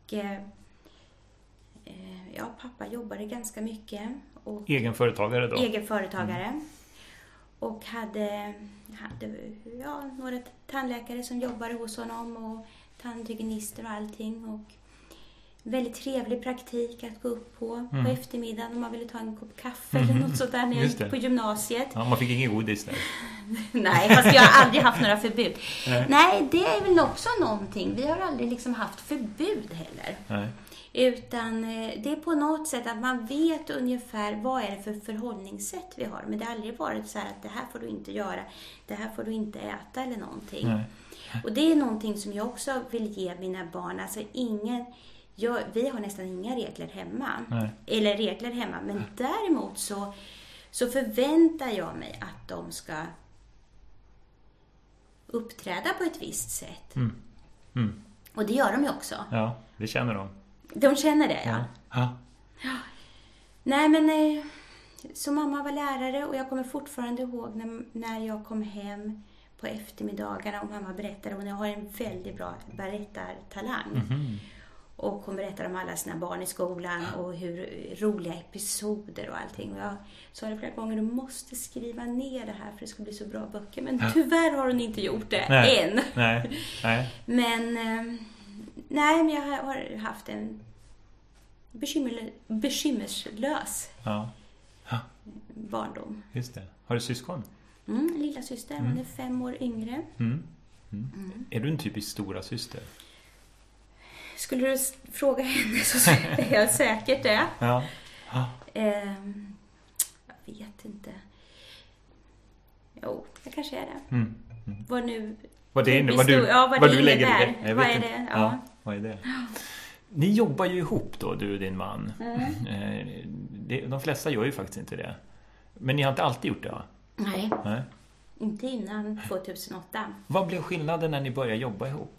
pappa jobbade ganska mycket. Och Egenföretagare då? Egenföretagare. Och hade några tandläkare som jobbade hos honom och tandhygienister och allting. Och väldigt trevlig praktik att gå upp på eftermiddagen om man ville ta en kopp kaffe eller något sånt där nere på gymnasiet. Ja, man fick ingen godis där. Nej, fast jag har aldrig haft några förbud. Nej, det är väl också någonting. Vi har aldrig liksom haft förbud heller. Nej. Utan det är på något sätt att man vet ungefär vad är det för förhållningssätt vi har. Men det har aldrig varit så här att det här får du inte göra, det här får du inte äta eller någonting. Nej. Och det är någonting som jag också vill ge mina barn. Alltså vi har nästan inga regler hemma. Nej. Eller regler hemma. Men däremot så förväntar jag mig att de ska uppträda på ett visst sätt. Och det gör de ju också. Ja, det känner de. De känner det, ja. Nej, men så mamma var lärare och jag kommer fortfarande ihåg när jag kom hem på eftermiddagarna och mamma berättade att jag har en väldigt bra berättartalang. Och hon berättade om alla sina barn i skolan och hur roliga episoder och allting. Och jag sa det flera gånger, du måste skriva ner det här för det ska bli så bra böcker. Men tyvärr har hon inte gjort det än. Nej. Men jag har haft en bekymmerslös barndom. Just det. Har du syskon? Lilla syster, hon är 5 år yngre. Är du en typisk stora syster? Skulle du fråga henne så är jag säkert det. Ja. Jag vet inte. Jo, jag kanske är det. Vad du lägger i det. Vad är det? Ja, vad är det? Ni jobbar ju ihop då, du och din man. De flesta gör ju faktiskt inte det. Men ni har inte alltid gjort det, va? Nej. Inte innan 2008. Vad blev skillnaden när ni började jobba ihop?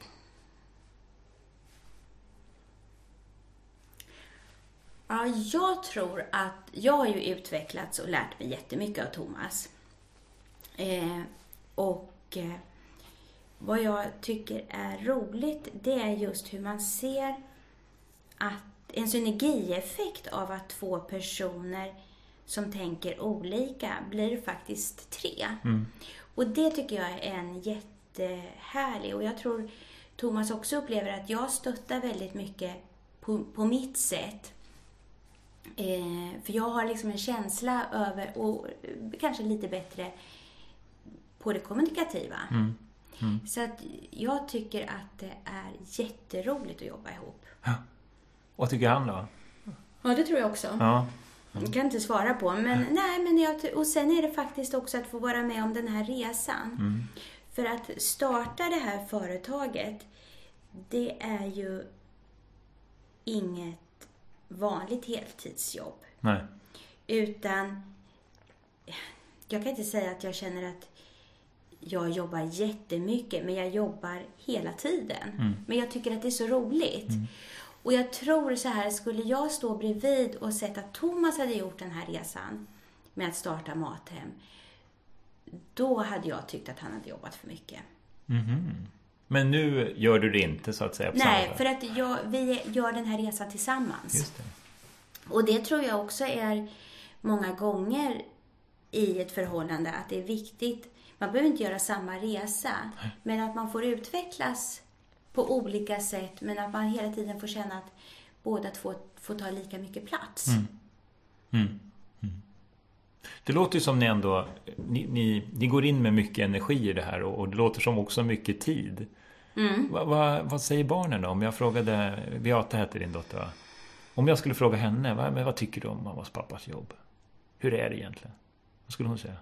Ja, jag tror att jag har ju utvecklats och lärt mig jättemycket av Thomas. Vad jag tycker är roligt, det är just hur man ser att en synergieffekt av att 2 personer som tänker olika blir faktiskt 3. Och det tycker jag är en jättehärlig, och jag tror Thomas också upplever att jag stöttar väldigt mycket på mitt sätt. För jag har liksom en känsla över, och kanske lite bättre på det kommunikativa. Så att jag tycker att det är jätteroligt att jobba ihop. Vad tycker han då? Ja, det tror jag också. Jag kan inte svara på. Men och sen är det faktiskt också att få vara med om den här resan. För att starta det här företaget, det är ju inget vanligt heltidsjobb. Nej. Utan jag kan inte säga att jag känner att jag jobbar jättemycket, men jag jobbar hela tiden. Men jag tycker att det är så roligt. Och jag tror så här, skulle jag stå bredvid och sett att Thomas hade gjort den här resan med att starta Mathem, då hade jag tyckt att han hade jobbat för mycket. Men nu gör du det inte, så att säga, på Nej, samma för att vi gör den här resan tillsammans. Just det. Och det tror jag också är många gånger i ett förhållande, att det är viktigt. Man behöver inte göra samma resa, men att man får utvecklas på olika sätt, men att man hela tiden får känna att båda två får ta lika mycket plats. Det låter ju som ni ändå, ni går in med mycket energi i det här och det låter som också mycket tid. Vad säger barnen då? Om jag frågade, Beata heter din dotter, va? Om jag skulle fråga henne, vad tycker du om mammas pappas jobb? Hur är det egentligen? Vad skulle hon säga?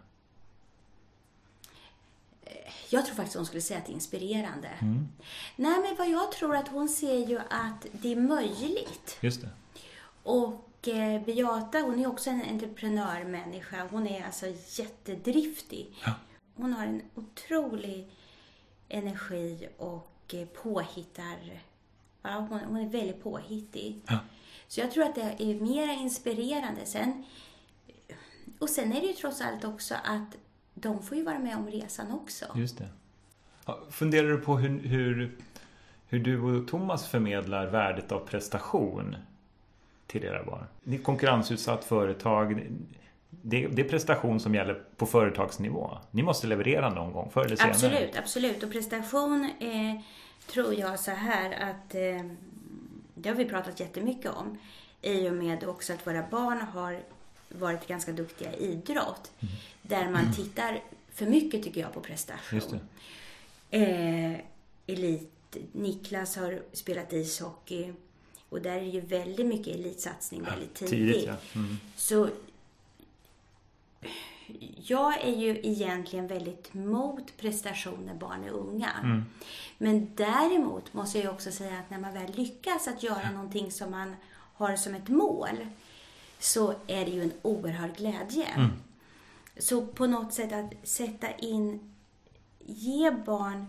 Jag tror faktiskt hon skulle säga att det är inspirerande. Nej, men vad jag tror att hon ser ju att det är möjligt. Just det. Och Beata, hon är också en entreprenörmänniska. Hon är alltså jättedriftig. Ja. Hon har en otrolig energi och påhittar. Ja, hon är väldigt påhittig. Ja. Så jag tror att det är mer inspirerande. Sen är det ju trots allt också att de får ju vara med om resan också. Just det. Funderar du på hur du och Thomas förmedlar värdet av prestation till era barn? Ni är konkurrensutsatt företag. Det är prestation som gäller på företagsnivå. Ni måste leverera någon gång förr eller senare. Absolut. Och prestation tror jag så här att det har vi pratat jättemycket om. I och med också att våra barn har varit ganska duktiga i idrott. Där man tittar för mycket, tycker jag, på prestation. Just det. Niklas har spelat ishockey. Och där är det ju väldigt mycket elitsatsning väldigt tidigt. Tidigt, ja. Så jag är ju egentligen väldigt mot prestationer barn och unga. Men däremot måste jag ju också säga att när man väl lyckas att göra någonting som man har som ett mål, så är det ju en oerhörd glädje. Så på något sätt att ge barn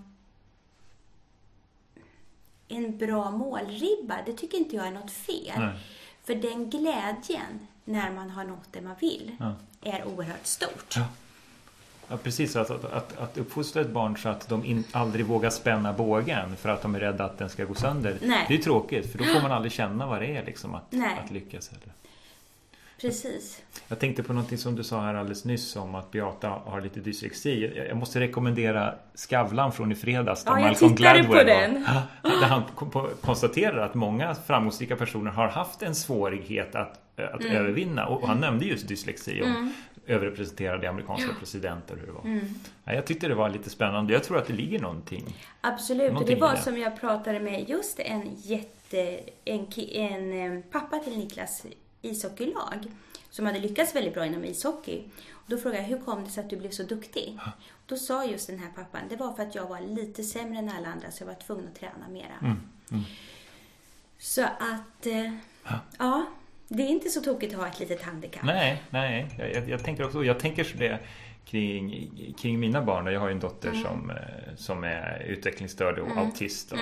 en bra målribba, det tycker inte jag är något fel. Nej. För den glädjen när man har nått det man vill är oerhört stort. Ja, precis. Att uppfostra ett barn så att de aldrig vågar spänna bågen för att de är rädda att den ska gå sönder. Nej. Det är tråkigt, för då får man aldrig känna vad det är liksom, att lyckas. Eller. Precis. Jag tänkte på någonting som du sa här alldeles nyss om att Beata har lite dyslexi. Jag måste rekommendera Skavlan från i fredags. Ja, jag tittade på den. Där han konstaterar att många framgångsrika personer har haft en svårighet att övervinna. Och han nämnde just dyslexi och överrepresenterade amerikanska presidenter. Hur det var. Ja, jag tyckte det var lite spännande. Jag tror att det ligger någonting. Absolut. Och det var som jag pratade med just en pappa till Niklas ishockeylag som hade lyckats väldigt bra inom ishockey. Och då frågade jag, hur kom det sig att du blev så duktig? Då sa just den här pappan, det var för att jag var lite sämre än alla andra, så jag var tvungen att träna mera. Så att ja, det är inte så tokigt att ha ett litet handikapp. Nej. Jag tänker också, så det kring mina barn. Jag har ju en dotter som är utvecklingsstörd och autist.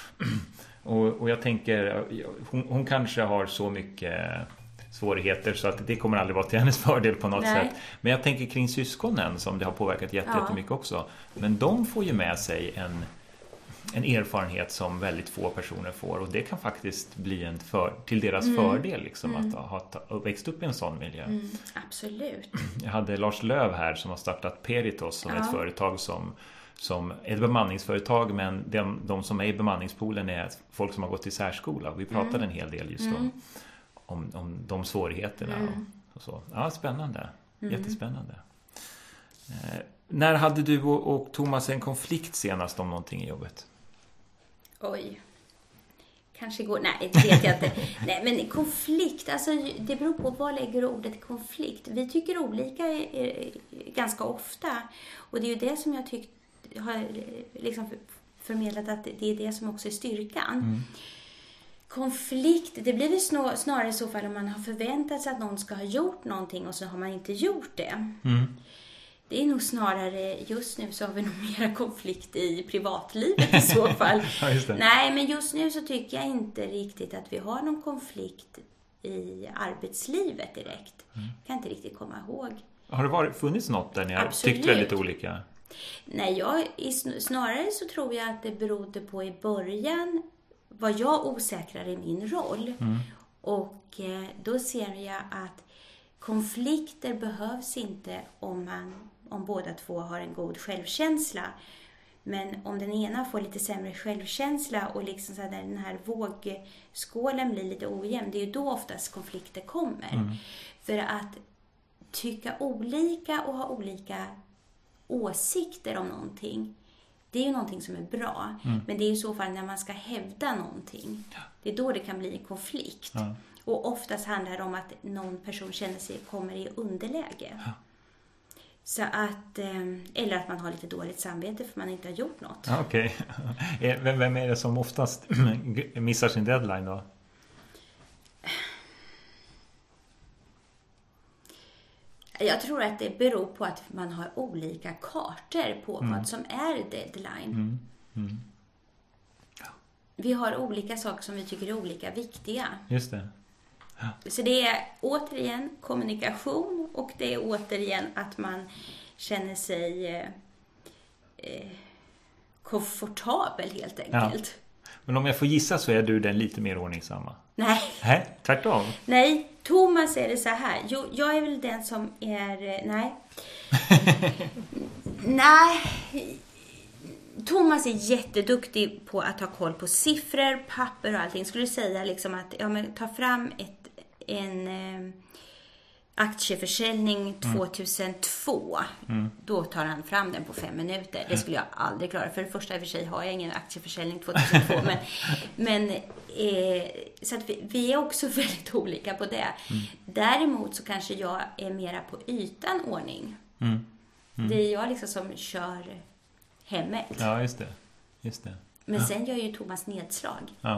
Och jag tänker, hon kanske har så mycket svårigheter så att det kommer aldrig vara till hennes fördel på något sätt. Men jag tänker kring syskonen som det har påverkat jättemycket också. Men de får ju med sig en erfarenhet som väldigt få personer får, och det kan faktiskt bli till deras fördel liksom, att ha växt upp i en sån miljö. Absolut. Jag hade Lars Löv här som har startat Peritos som är ett företag som ett bemanningsföretag, men de som är i bemanningspoolen är folk som har gått i särskola. Vi pratade en hel del just om de svårigheterna och så. Ja, spännande. Jättespännande. När hade du och Thomas en konflikt senast om någonting i jobbet? Oj. Kanske går... Nej, det vet jag inte. Nej, men konflikt, alltså det beror på vad lägger ordet konflikt. Vi tycker olika ganska ofta. Och det är ju det som jag har liksom förmedlat, att det är det som också är styrkan. Konflikt, det blir väl snarare i så fall om man har förväntat sig att någon ska ha gjort någonting och så har man inte gjort det. Det är nog snarare, just nu så har vi nog mera konflikt i privatlivet i så fall. Ja, just det. Nej, men just nu så tycker jag inte riktigt att vi har någon konflikt i arbetslivet direkt. Jag kan inte riktigt komma ihåg. Har det funnits något där ni har tyckt väldigt olika? Nej, snarare så tror jag att det berodde på i början var jag osäkrare i min roll. Och då ser jag att konflikter behövs inte om båda två har en god självkänsla. Men om den ena får lite sämre självkänsla och liksom så här, den här vågskålen blir lite ojämn, det är ju då oftast konflikter kommer. För att tycka olika och ha olika åsikter om någonting, det är ju någonting som är bra. Men det är i så fall när man ska hävda någonting. Det är då det kan bli en konflikt. Och oftast handlar det om att någon person känner sig kommer i underläge. Så att, eller att man har lite dåligt samvete för man inte har gjort något. Okej. Vem är det som oftast missar sin deadline då? Jag tror att det beror på att man har olika kartor på vad som är deadline. Vi har olika saker som vi tycker är olika viktiga. Just det. Ja. Så det är återigen kommunikation och det är återigen att man känner sig komfortabel helt enkelt. Ja. Men om jag får gissa så är du den lite mer ordningsamma. Nej. Tvärtom. Nej, Thomas är det så här. Jo, jag är väl den som är... Nej. Nej. Thomas är jätteduktig på att ha koll på siffror, papper och allting. Skulle du säga liksom att ta fram en aktieförsäljning 2002. Då tar han fram den på 5 minuter. Det skulle jag aldrig klara. För det första i och för sig har jag ingen aktieförsäljning 2002. men så att vi är också väldigt olika på det. Däremot så kanske jag är mera på ytan ordning. Det är jag liksom som kör hemmet. Ja, just det. Men sen gör ju Thomas nedslag. Ja.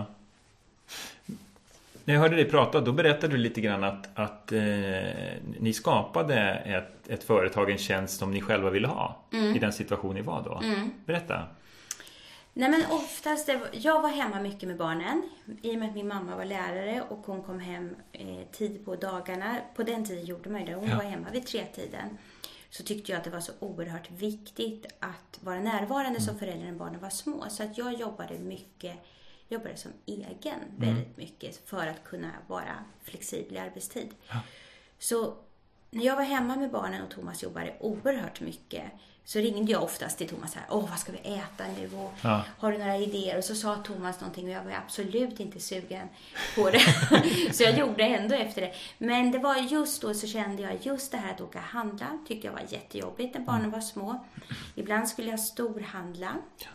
När jag hörde dig prata, då berättade du lite grann att ni skapade ett företag, en tjänst som ni själva ville ha i den situation ni var då. Berätta. Nej, men oftast, jag var hemma mycket med barnen i och med att min mamma var lärare och hon kom hem tid på dagarna. På den tiden gjorde man det. Hon var hemma vid 3-tiden. Så tyckte jag att det var så oerhört viktigt att vara närvarande som förälder när barnen var små. Så att jag jobbade som egen väldigt mycket för att kunna vara flexibel i arbetstid. Ja. Så när jag var hemma med barnen och Thomas jobbade oerhört mycket så ringde jag oftast till Thomas här. Vad ska vi äta nu? Och har du några idéer? Och så sa Thomas någonting och jag var absolut inte sugen på det. Så jag gjorde ändå efter det. Men det var just då så kände jag just det här att åka handla. Tyckte jag var jättejobbigt när barnen var små. Ibland skulle jag storhandla.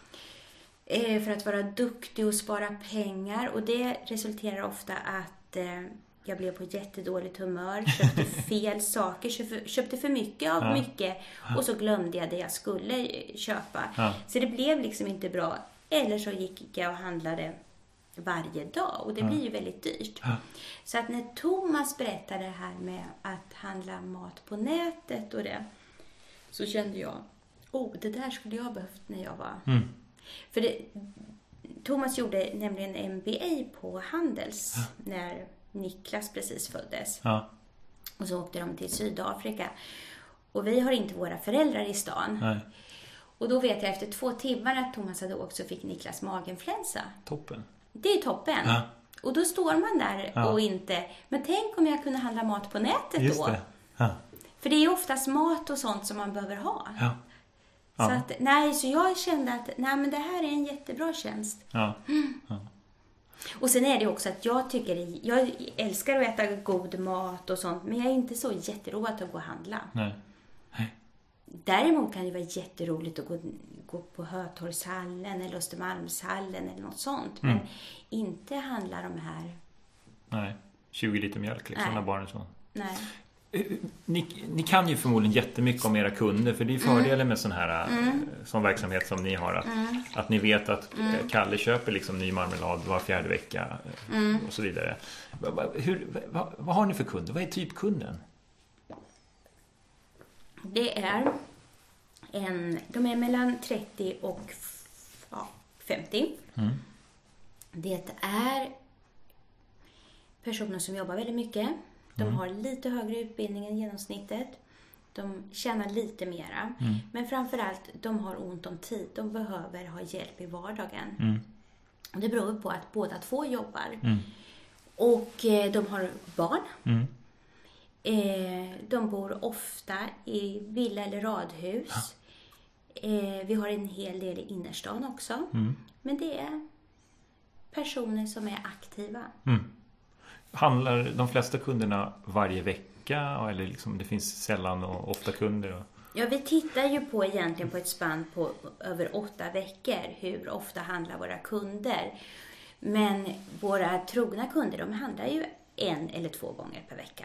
För att vara duktig och spara pengar. Och det resulterar ofta att jag blev på jättedåligt humör. Köpte fel saker. Köpte för mycket av mycket. Och så glömde jag det jag skulle köpa. Ja. Så det blev liksom inte bra. Eller så gick jag och handlade varje dag. Och det blir ju väldigt dyrt. Ja. Så att när Thomas berättade det här med att handla mat på nätet och det. Så kände jag, det där skulle jag ha behövt när jag var... För Thomas gjorde nämligen MBA på Handels när Niklas precis föddes. Ja. Och så åkte de till Sydafrika. Och vi har inte våra föräldrar i stan. Nej. Och då vet jag efter 2 timmar att Thomas hade åkt så fick Niklas maginfluensa. Toppen. Det är toppen. Ja. Och då står man där och inte... Men tänk om jag kunde handla mat på nätet just då. Det. Ja. För det är oftast mat och sånt som man behöver ha. Ja. Så jag kände att men det här är en jättebra tjänst. Ja. Och sen är det också att jag älskar att äta god mat och sånt, men jag är inte så jätteroad att gå och handla. Nej. Däremot kan det vara jätteroligt att gå på Hötorgshallen eller Östermalmshallen eller något sånt, men inte handla de här. Nej, 20 liter mjölk liksom när barnen så. Nej. Ni kan ju förmodligen jättemycket om era kunder, för det är fördelen med sån verksamhet som ni har, att ni vet att Kalle köper liksom ny marmelad var 4:e vecka och så vidare. Vad har ni för kunder? Vad är typkunden? Det är de är mellan 30 och 50. Det är personer som jobbar väldigt mycket. De har lite högre utbildning än genomsnittet. De tjänar lite mera. Men framförallt, de har ont om tid. De behöver ha hjälp i vardagen. Och det beror på att båda 2 jobbar. Och de har barn. De bor ofta i villa eller radhus. Vi har en hel del i innerstan också. Men det är personer som är aktiva. Handlar de flesta kunderna varje vecka vecka eller liksom det finns sällan och ofta kunder? Och... Ja, vi tittar ju på egentligen på ett spann på över 8 veckor hur ofta handlar våra kunder. Men våra trogna kunder, de handlar ju 1 eller 2 gånger per vecka.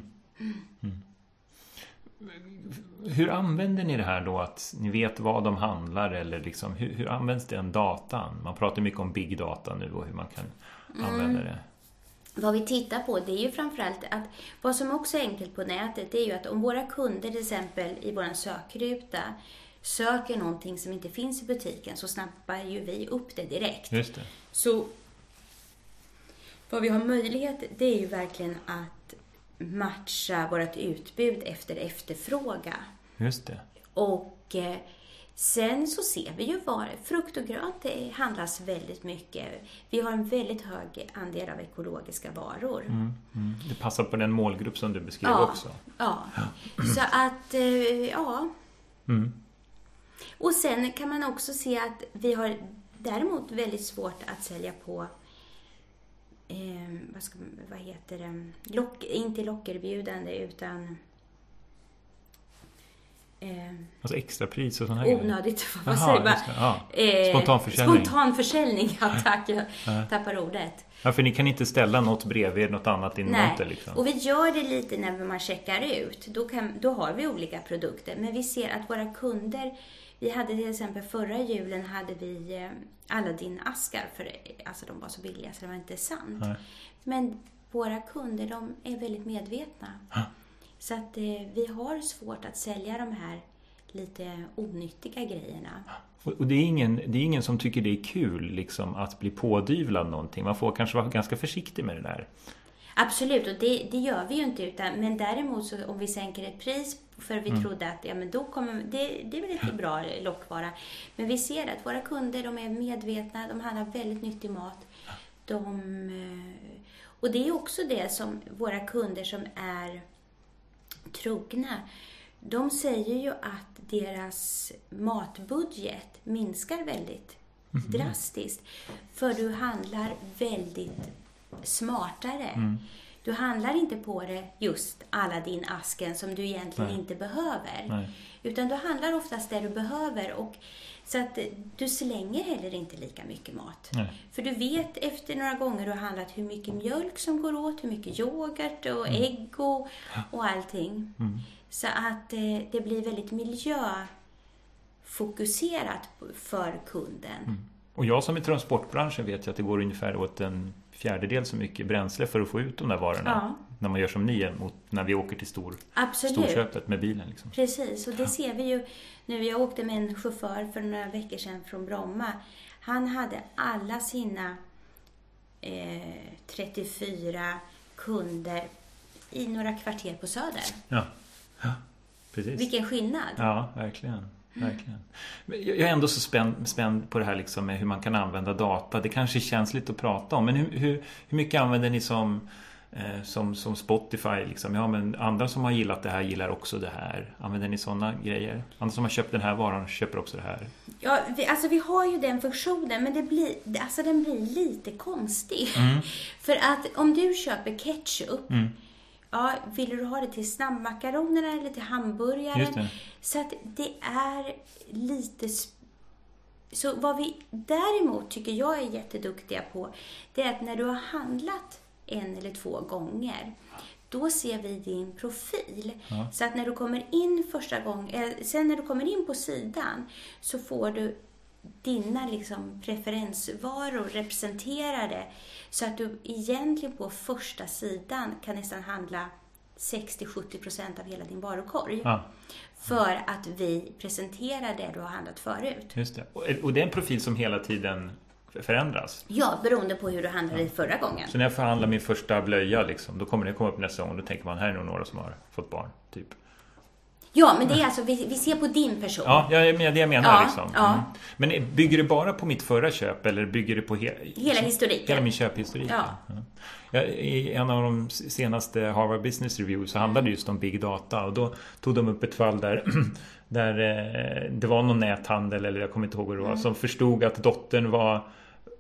Hur använder ni det här då att ni vet vad de handlar eller liksom, hur används den datan? Man pratar mycket om big data nu och hur man kan använda det. Vad vi tittar på, det är ju framförallt att vad som också är enkelt på nätet, det är ju att om våra kunder till exempel i vår sökruta söker någonting som inte finns i butiken, så snappar ju vi upp det direkt. Just det. Så vad vi har möjlighet, det är ju verkligen att matcha vårt utbud efter efterfråga. Just det. Och sen så ser vi ju var frukt och grönt det handlas väldigt mycket. Vi har en väldigt hög andel av ekologiska varor. Det passar på den målgrupp som du beskrev också. Ja, så att ja. Och sen kan man också se att vi har däremot väldigt svårt att sälja på vad heter det? Inte lockerbjudande utan alltså extra pris och sådana här onödigt, vad säger man? Spontanförsäljning. Spontanförsäljning, ja tack, jag tappar ordet. Ja, för ni kan inte ställa något bredvid något annat i monter liksom. Och vi gör det lite när man checkar ut. Då har vi olika produkter, men vi ser att våra kunder, vi hade till exempel förra julen hade vi Aladdin-askar, för alltså de var så billiga så det var inte sant. Nej. Men våra kunder, de är väldigt medvetna. Så att vi har svårt att sälja de här lite onyttiga grejerna. Och det är ingen som tycker det är kul liksom, att bli pådyvlad någonting. Man får kanske vara ganska försiktig med det där. Absolut, och det gör vi ju inte. Men däremot så om vi sänker ett pris för vi trodde att ja, men då kommer, det är väl lite bra lockvara. Men vi ser att våra kunder, de är medvetna, de handlar väldigt nyttig mat. Och det är också det som våra kunder som är trogna, de säger ju att deras matbudget minskar väldigt drastiskt. För du handlar väldigt smartare. Du handlar inte på det just Aladdin-asken som du egentligen inte behöver. Nej. Utan du handlar oftast det du behöver. Och så att du slänger heller inte lika mycket mat. Nej. För du vet efter några gånger du har handlat hur mycket mjölk som går åt, hur mycket yoghurt och ägg och allting. Så att det blir väldigt miljöfokuserat för kunden. Och jag som i transportbranschen vet ju att det går ungefär åt 1/4 så mycket bränsle för att få ut de där varorna. När man gör som ni mot när vi åker till storköpet med bilen. Liksom. Precis, och det ser vi ju nu. Jag åkte med en chaufför för några veckor sedan från Bromma. Han hade alla sina 34 kunder i några kvarter på Söder. Ja, precis. Vilken skillnad. Ja, verkligen. Jag är ändå så spänd på det här liksom med hur man kan använda data. Det kanske känns lite att prata om. Men hur mycket använder ni som Spotify? Liksom? Ja, men andra som har gillat det här gillar också det här. Använder ni sådana grejer? Andra som har köpt den här varan köper också det här. Ja, vi har ju den funktionen, men den blir lite konstig. För att om du köper ketchup, ja, vill du ha det till snabbmakaronerna eller till hamburgaren? Så att det är lite... Så vad vi däremot tycker jag är jätteduktiga på, det är att när du har handlat 1 eller 2 gånger, då ser vi din profil. Så att när du kommer in första gången, sen när du kommer in på sidan, så får du dina liksom preferensvaror representerade, så att du egentligen på första sidan kan nästan handla 60-70% av hela din varukorg. För att vi presenterar det du har handlat förut. Just det. Och det är en profil som hela tiden förändras? Ja, beroende på hur du handlade förra gången. Så när jag förhandlar min första blöja liksom, då kommer det komma upp nästa gång och då tänker man, här är nog några som har fått barn, typ. Ja, men det är alltså, vi ser på din person. Ja, det är det jag menar liksom. Men bygger det bara på mitt förra köp eller bygger det på hela historiken? Hela min köphistorik. I en av de senaste Harvard Business Review så handlade det just om big data, och då tog de upp ett fall där det var någon näthandel, eller jag kommer inte ihåg vad det var, som förstod att dottern var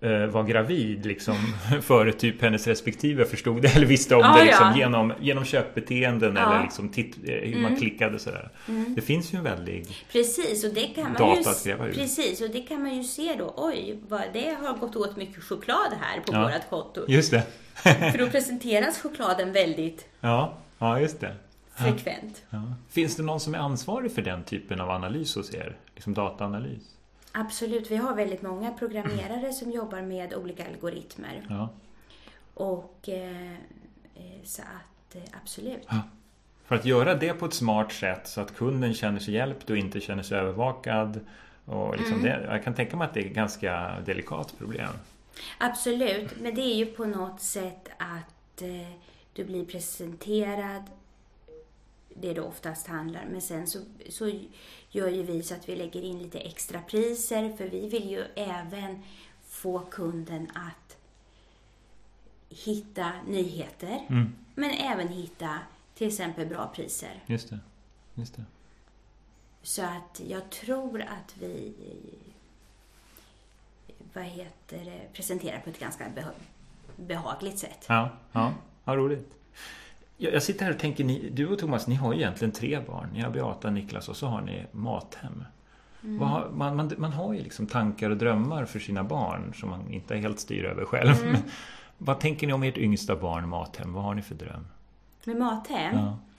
var gravid liksom före typ hennes respektive förstod det eller visste om det liksom, genom köpbeteenden eller liksom hur man klickade sådär. Det finns ju en väldig precis, och det kan man data att gräva ut. Precis, och det kan man ju se då. Oj, det har gått åt mycket choklad här på vårat konto. Just det. För då presenteras chokladen väldigt just det. frekvent. Ja. Finns det någon som är ansvarig för den typen av analys hos er? Liksom dataanalys? Absolut, vi har väldigt många programmerare som jobbar med olika algoritmer. Ja. Och så att absolut. Ja. För att göra det på ett smart sätt så att kunden känner sig hjälpt och inte känner sig övervakad. Och liksom jag kan tänka mig att det är ett ganska delikat problem. Absolut, men det är ju på något sätt att du blir presenterad det oftast handlar. Men sen så gör ju vi så att vi lägger in lite extra priser. För vi vill ju även få kunden att hitta nyheter. Men även hitta till exempel bra priser. Just det. Så att jag tror att vi presenterar på ett ganska behagligt sätt. Ja, roligt. Jag sitter här och tänker, du och Thomas, ni har ju egentligen 3 barn. Ni har Beata, Niklas och så har ni Mathem. Man har ju liksom tankar och drömmar för sina barn som man inte helt styr över själv. Men vad tänker ni om ert yngsta barn Mathem? Vad har ni för dröm? Med Mathem?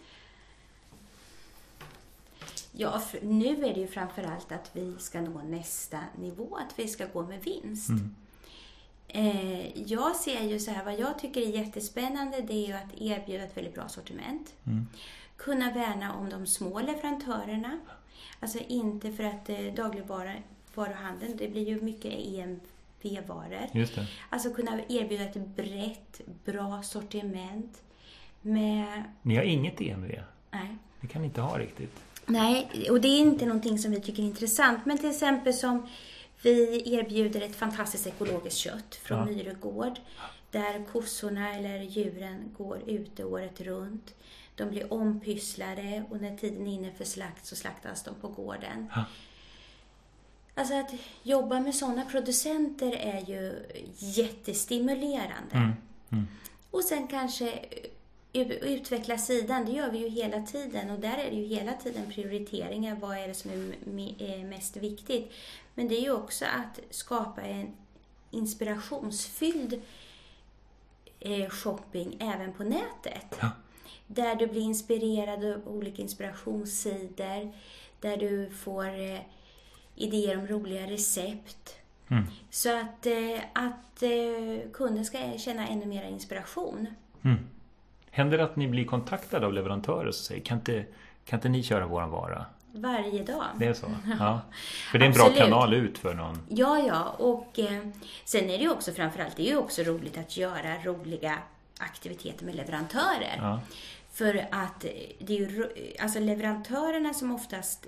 Ja, nu är det ju framförallt att vi ska nå nästa nivå, att vi ska gå med vinst. Jag ser ju så här, vad jag tycker är jättespännande, det är ju att erbjuda ett väldigt bra sortiment. Kunna värna om de små leverantörerna. Alltså inte för att dagligvaruhandeln, det blir ju mycket EMV-varor. Just det. Alltså kunna erbjuda ett brett, bra sortiment. Ni har inget EMV? Nej. Det kan ni inte ha riktigt. Nej, och det är inte någonting som vi tycker är intressant. Men till exempel som vi erbjuder ett fantastiskt ekologiskt kött från Myregård. Där kossorna eller djuren går ute året runt. De blir ompysslade och när tiden är inne för slakt så slaktas de på gården. Alltså att jobba med sådana producenter är ju jättestimulerande. Och sen kanske utveckla sidan, det gör vi ju hela tiden och där är det ju hela tiden prioriteringar, vad är det som är mest viktigt. Men det är ju också att skapa en inspirationsfylld shopping även på nätet. Där du blir inspirerad av olika inspirationssidor, där du får idéer om roliga recept. Så att kunden ska känna ännu mer inspiration. Händer det att ni blir kontaktade av leverantörer och säger kan inte ni köra våran vara? Varje dag. Det är så? Ja. För det är en bra kanal ut för någon. Ja. Och sen är det ju också framförallt, det är ju också roligt att göra roliga aktiviteter med leverantörer. Ja. För att det är ju alltså leverantörerna som oftast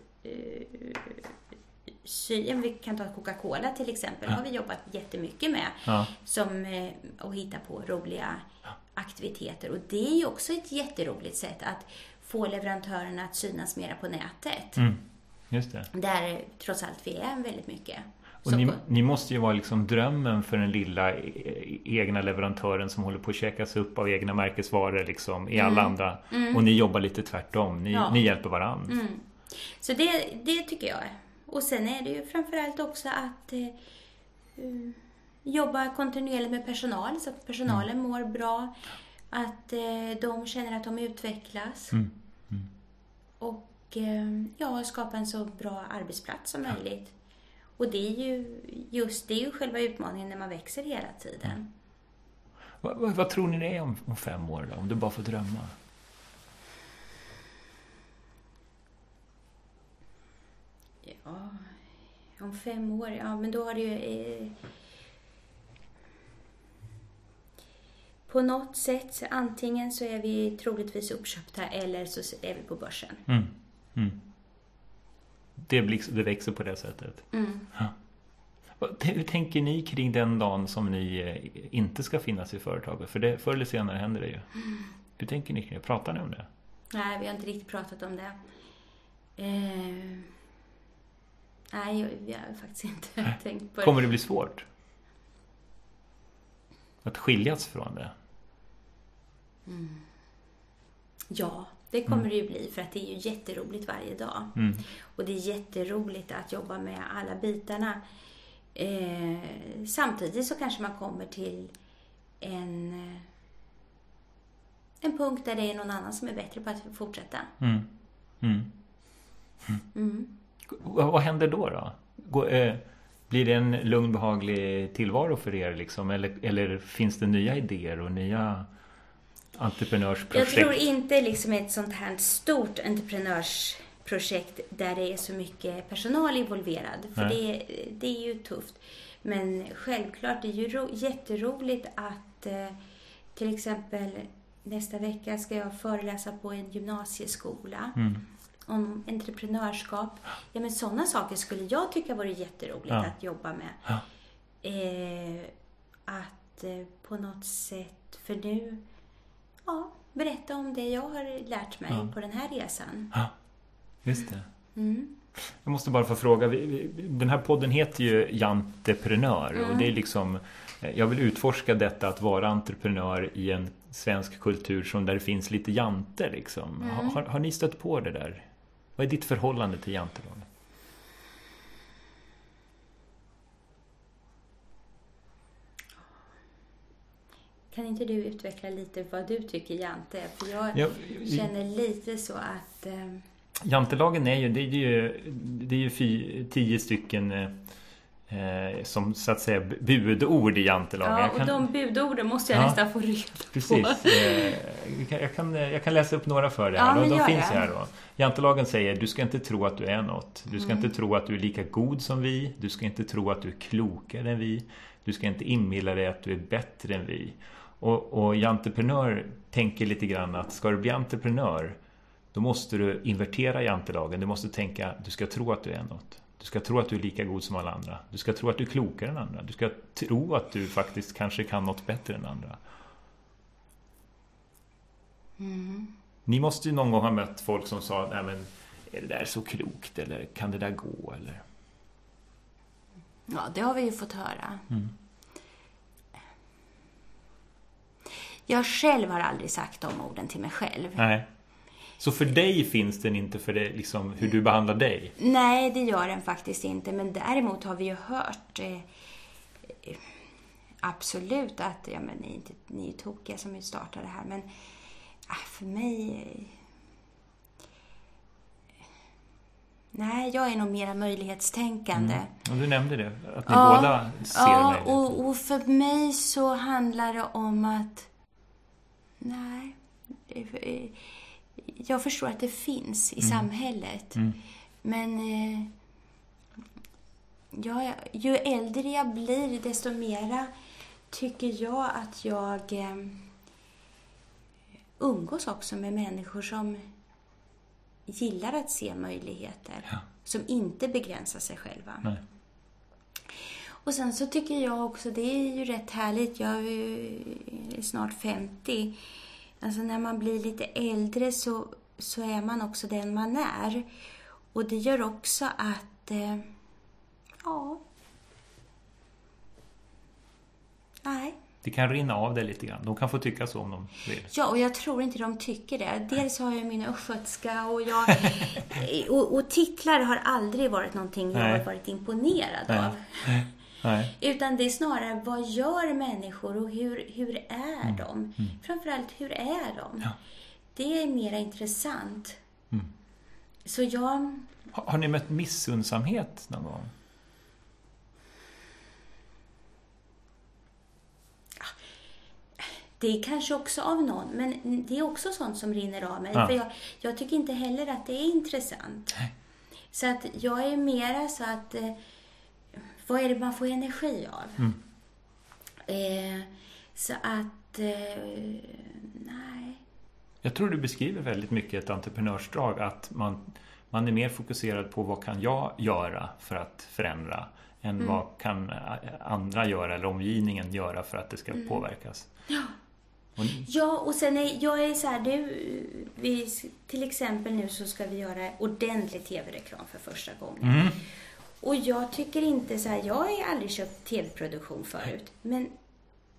vi kan ta Coca-Cola till exempel, har vi jobbat jättemycket med som att hitta på roliga aktiviteter. Och det är ju också ett jätteroligt sätt att få leverantörerna att synas mera på nätet. Just det. Där trots allt vi är väldigt mycket. Och ni måste ju vara liksom drömmen för den lilla egna leverantören som håller på att käkas upp av egna märkesvaror liksom, i alla andra. Och ni jobbar lite tvärtom. Ni hjälper varandra. Så det tycker jag. Och sen är det ju framförallt också att jobba kontinuerligt med personal så att personalen mår bra. Att de känner att de utvecklas. Och skapa en så bra arbetsplats som möjligt. Och det är ju själva utmaningen när man växer hela tiden. Vad tror ni det är om 5 år då? Om du bara får drömma? Ja, om 5 år, men då har det ju på något sätt, antingen så är vi troligtvis uppköpta eller så är vi på börsen. Det växer på det sättet. Ja. Hur tänker ni kring den dagen som ni inte ska finnas i företaget? För det, förr eller senare händer det ju. Hur tänker ni kring det? Pratar ni om det? Nej, vi har inte riktigt pratat om det. Nej, vi har faktiskt inte tänkt på det. Kommer det bli svårt? att skiljas från det? Ja, det kommer det ju bli, för att det är ju jätteroligt varje dag. Och det är jätteroligt att jobba med alla bitarna. Samtidigt så kanske man kommer till en punkt där det är någon annan som är bättre på att fortsätta. Vad händer då? Blir det en lugn, behaglig tillvaro för er liksom? Eller finns det nya idéer och nya entreprenörsprojekt? Jag tror inte liksom ett sånt här stort entreprenörsprojekt där det är så mycket personal involverad. För det är ju tufft. Men självklart, det är ju jätteroligt att till exempel nästa vecka ska jag föreläsa på en gymnasieskola om entreprenörskap. Ja, men sådana saker skulle jag tycka vore jätteroligt att jobba med. Att på något sätt, för nu berätta om det jag har lärt mig på den här resan. Ja, just det. Jag måste bara få fråga, den här podden heter ju Janteprenör och det är liksom, jag vill utforska detta att vara entreprenör i en svensk kultur som där det finns lite jante liksom. Har ni stött på det där? Vad är ditt förhållande till jantelagen? Kan inte du utveckla lite vad du tycker jante? För jag känner lite så att... Jantelagen är ju 10 stycken som så att säga budord i jantelagen. Ja, och de budorden måste jag nästan få reda på. Precis. Jag kan läsa upp några för dig här. De finns här då. Jantelagen säger: du ska inte tro att du är något. Du ska inte tro att du är lika god som vi. Du ska inte tro att du är klokare än vi. Du ska inte inbilla dig att du är bättre än vi. Och janteprenör tänker lite grann att ska du bli entreprenör, då måste du invertera jantelagen. Du måste tänka, du ska tro att du är något. Du ska tro att du är lika god som alla andra. Du ska tro att du är klokare än andra. Du ska tro att du faktiskt kanske kan något bättre än andra. Ni måste ju någon gång ha mött folk som sa, nej men, är det där så klokt? Eller kan det där gå? Eller? Ja, det har vi ju fått höra. Jag själv har aldrig sagt de orden till mig själv. Nej. Så för dig finns den inte för det, liksom, hur du behandlar dig? Nej, det gör den faktiskt inte. Men däremot har vi ju hört absolut att ni är tokiga som startar det här. Men för mig... Nej, jag är nog mera möjlighetstänkande. Och du nämnde det, att ni båda ser möjligheter. Och för mig så handlar det om att... Nej... Jag förstår att det finns i samhället. Men ju äldre jag blir, desto mera tycker jag att jag umgås också med människor som gillar att se möjligheter. Ja. Som inte begränsar sig själva. Nej. Och sen så tycker jag också, det är ju rätt härligt, jag är snart 50. Alltså när man blir lite äldre så är man också den man är. Och det gör också att... Nej. Det kan rinna av det lite grann. De kan få tycka så om de vill. Ja, och jag tror inte de tycker det. Dels har jag min östgötska och titlar har aldrig varit någonting jag har varit imponerad av. Nej. Utan det är snarare, vad gör människor och hur är de? Framförallt, hur är de? Ja. Det är mer intressant. Så jag... Har ni mött missundsamhet någon gång? Det är kanske också av någon, men det är också sånt som rinner av mig. Ja. För jag tycker inte heller att det är intressant. Nej. Så att jag är mera så att... vad är det man får energi av? Så att... nej. Jag tror du beskriver väldigt mycket ett entreprenörsdrag. Att man är mer fokuserad på vad kan jag göra för att förändra. Än vad kan andra göra eller omgivningen göra för att det ska påverkas. Ja. Ja, och sen jag är så här, till exempel nu så ska vi göra ordentlig tv-reklam för första gången. Och jag tycker inte så här, jag har aldrig köpt tv-produktion förut, men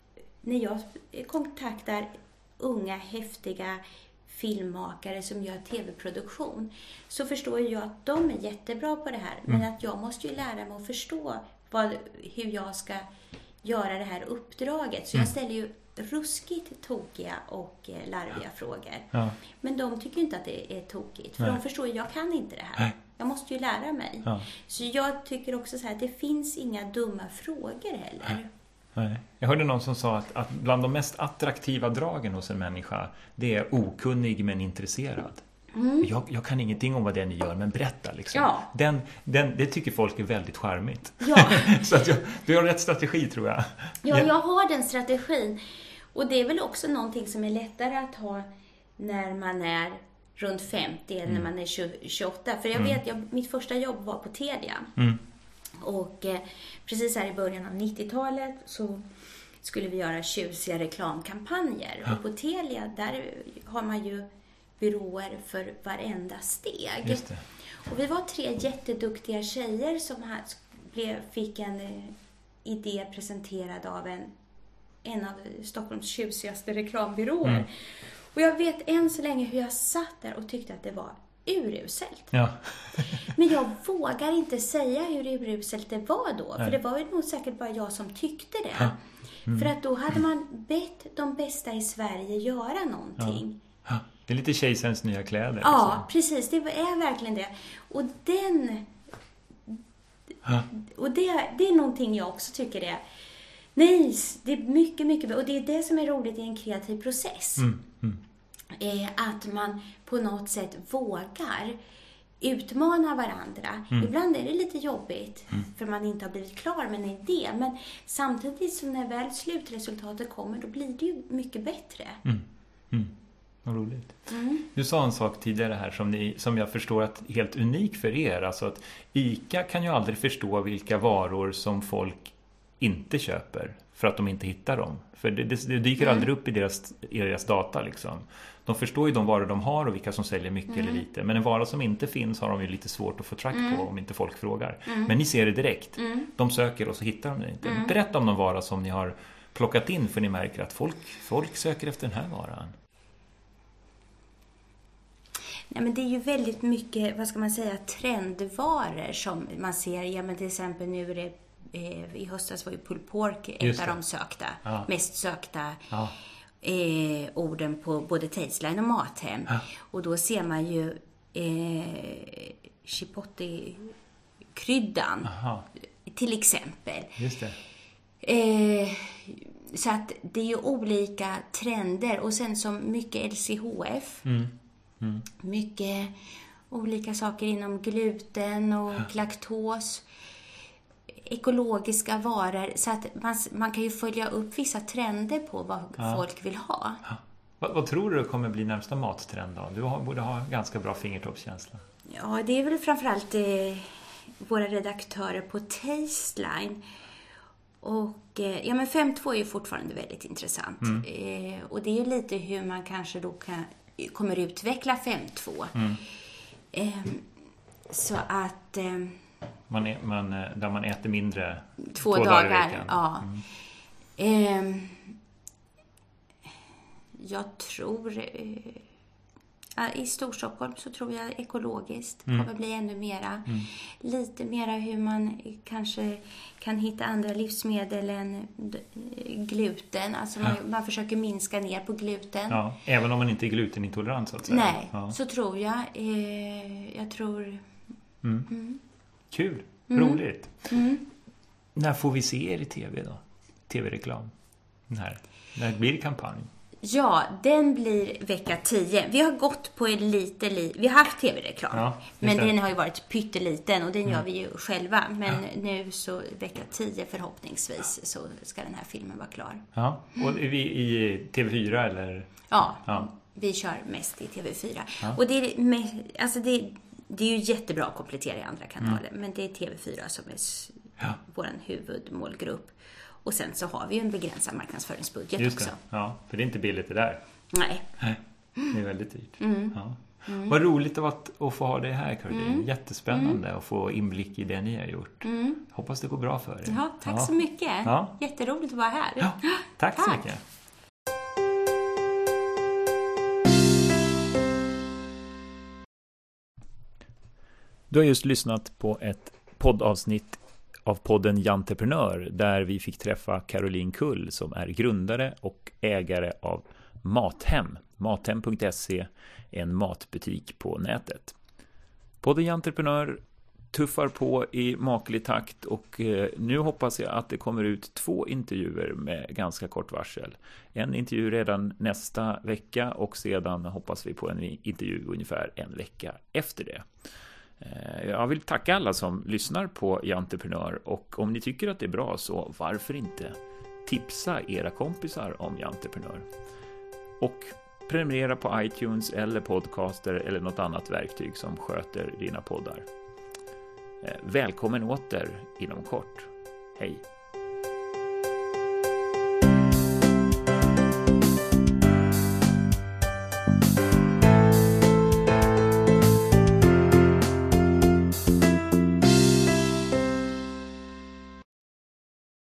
när jag kontaktar unga, häftiga filmmakare som gör tv-produktion, så förstår jag att de är jättebra på det här. Men att jag måste ju lära mig att förstå hur jag ska göra det här uppdraget. Så jag ställer ju ruskigt tokiga och larviga frågor. Ja. Men de tycker inte att det är tokigt. För de förstår ju, jag kan inte det här. Jag måste ju lära mig. Ja. Så jag tycker också så här att det finns inga dumma frågor heller. Nej. Jag hörde någon som sa att bland de mest attraktiva dragen hos en människa, det är okunnig men intresserad. Jag kan ingenting om vad det är ni gör, men berätta liksom. Ja. Det tycker folk är väldigt charmigt. Ja. Så att du har rätt strategi, tror jag. Ja, jag har den strategin. Och det är väl också någonting som är lättare att ha när man är runt 50 än när man är 28. För jag vet, mitt första jobb var på Telia. Och precis här i början av 90-talet så skulle vi göra tjusiga reklamkampanjer. Och på Telia, där har man ju byråer för varenda steg. Just det. Och vi var 3 jätteduktiga tjejer som fick en idé presenterad av en av Stockholms tjusigaste reklambyråer. Och jag vet än så länge hur jag satt där och tyckte att det var uruselt. Ja. Men jag vågar inte säga hur uruselt det var då. För det var ju nog säkert bara jag som tyckte det. Ja. För att då hade man bett de bästa i Sverige göra någonting. Ja. Det är lite kejsarens nya kläder. Ja, liksom. Precis. Det är verkligen det. Och det är någonting jag också tycker är nice. Det är mycket, mycket. Och det är det som är roligt i en kreativ process. Att man på något sätt vågar utmana varandra. Ibland är det lite jobbigt för man inte har blivit klar med en idé. Men samtidigt så när väl slutresultatet kommer, då blir det ju mycket bättre. Vad roligt. Du sa en sak tidigare här som jag förstår att är helt unik för er. Alltså att ICA kan ju aldrig förstå vilka varor som folk inte köper för att de inte hittar dem. För det dyker aldrig upp i deras data liksom. De förstår ju de varor de har och vilka som säljer mycket eller lite. Men en vara som inte finns har de ju lite svårt att få track på om inte folk frågar. Men ni ser det direkt. De söker och så hittar de det inte. Berätta om någon vara som ni har plockat in, för ni märker att folk söker efter den här varan. Nej, men det är ju väldigt mycket, vad ska man säga, trendvaror som man ser. Ja, men till exempel nu är det i höstas var ju pulled pork ett av de mest sökta orden på både Tasteline och Mathem. Och då ser man ju chipotle-kryddan till exempel. Just det. Så att det är ju olika trender. Och sen som mycket LCHF. Mycket olika saker inom gluten och laktos. Ekologiska varor, så att man kan ju följa upp vissa trender på vad folk vill ha. Vad tror du kommer bli närmsta mattrend då? Du borde ha ganska bra fingertoppskänsla. Ja, det är väl framförallt våra redaktörer på Tasteline. Och ja, men 5.2 är ju fortfarande väldigt intressant. Och det är ju lite hur man kanske då kommer utveckla 5.2. Så att där man äter mindre 2 dagar i veckan. Ja. Jag tror i Storstockholm så tror jag ekologiskt kommer bli ännu mera. Lite mera hur man kanske kan hitta andra livsmedel än gluten. Alltså man försöker minska ner på gluten. Ja, även om man inte är glutenintolerant så att säga. Nej, så tror jag. Jag tror... Kul, roligt. När får vi se er i tv då? TV-reklam? När blir det kampanj? Ja, den blir vecka 10. Vi har gått på vi har haft tv-reklam. Men den har ju varit pytteliten och den gör vi ju själva. Men nu så vecka 10 förhoppningsvis så ska den här filmen vara klar. Ja, och är vi i TV4 eller? Ja, vi kör mest i TV4. Och det är ju jättebra att komplettera i andra kanaler. Men det är TV4 som är vår huvudmålgrupp. Och sen så har vi ju en begränsad marknadsföringsbudget också. Ja, för det är inte billigt det där. Nej. Det är väldigt dyrt. Vad roligt att få ha det här, Caroline. Jättespännande att få inblick i det ni har gjort. Hoppas det går bra för er. Ja, tack så mycket. Ja. Jätteroligt att vara här. Ja, tack så mycket. Du har just lyssnat på ett poddavsnitt av podden Janteprenör där vi fick träffa Caroline Kull som är grundare och ägare av Mathem. Mathem.se är en matbutik på nätet. Podden Janteprenör tuffar på i maklig takt och nu hoppas jag att det kommer ut 2 intervjuer med ganska kort varsel. En intervju redan nästa vecka och sedan hoppas vi på en intervju ungefär en vecka efter det. Jag vill tacka alla som lyssnar på Janteprenör och om ni tycker att det är bra så varför inte tipsa era kompisar om Janteprenör. Och prenumerera på iTunes eller Podcaster eller något annat verktyg som sköter dina poddar. Välkommen åter inom kort. Hej!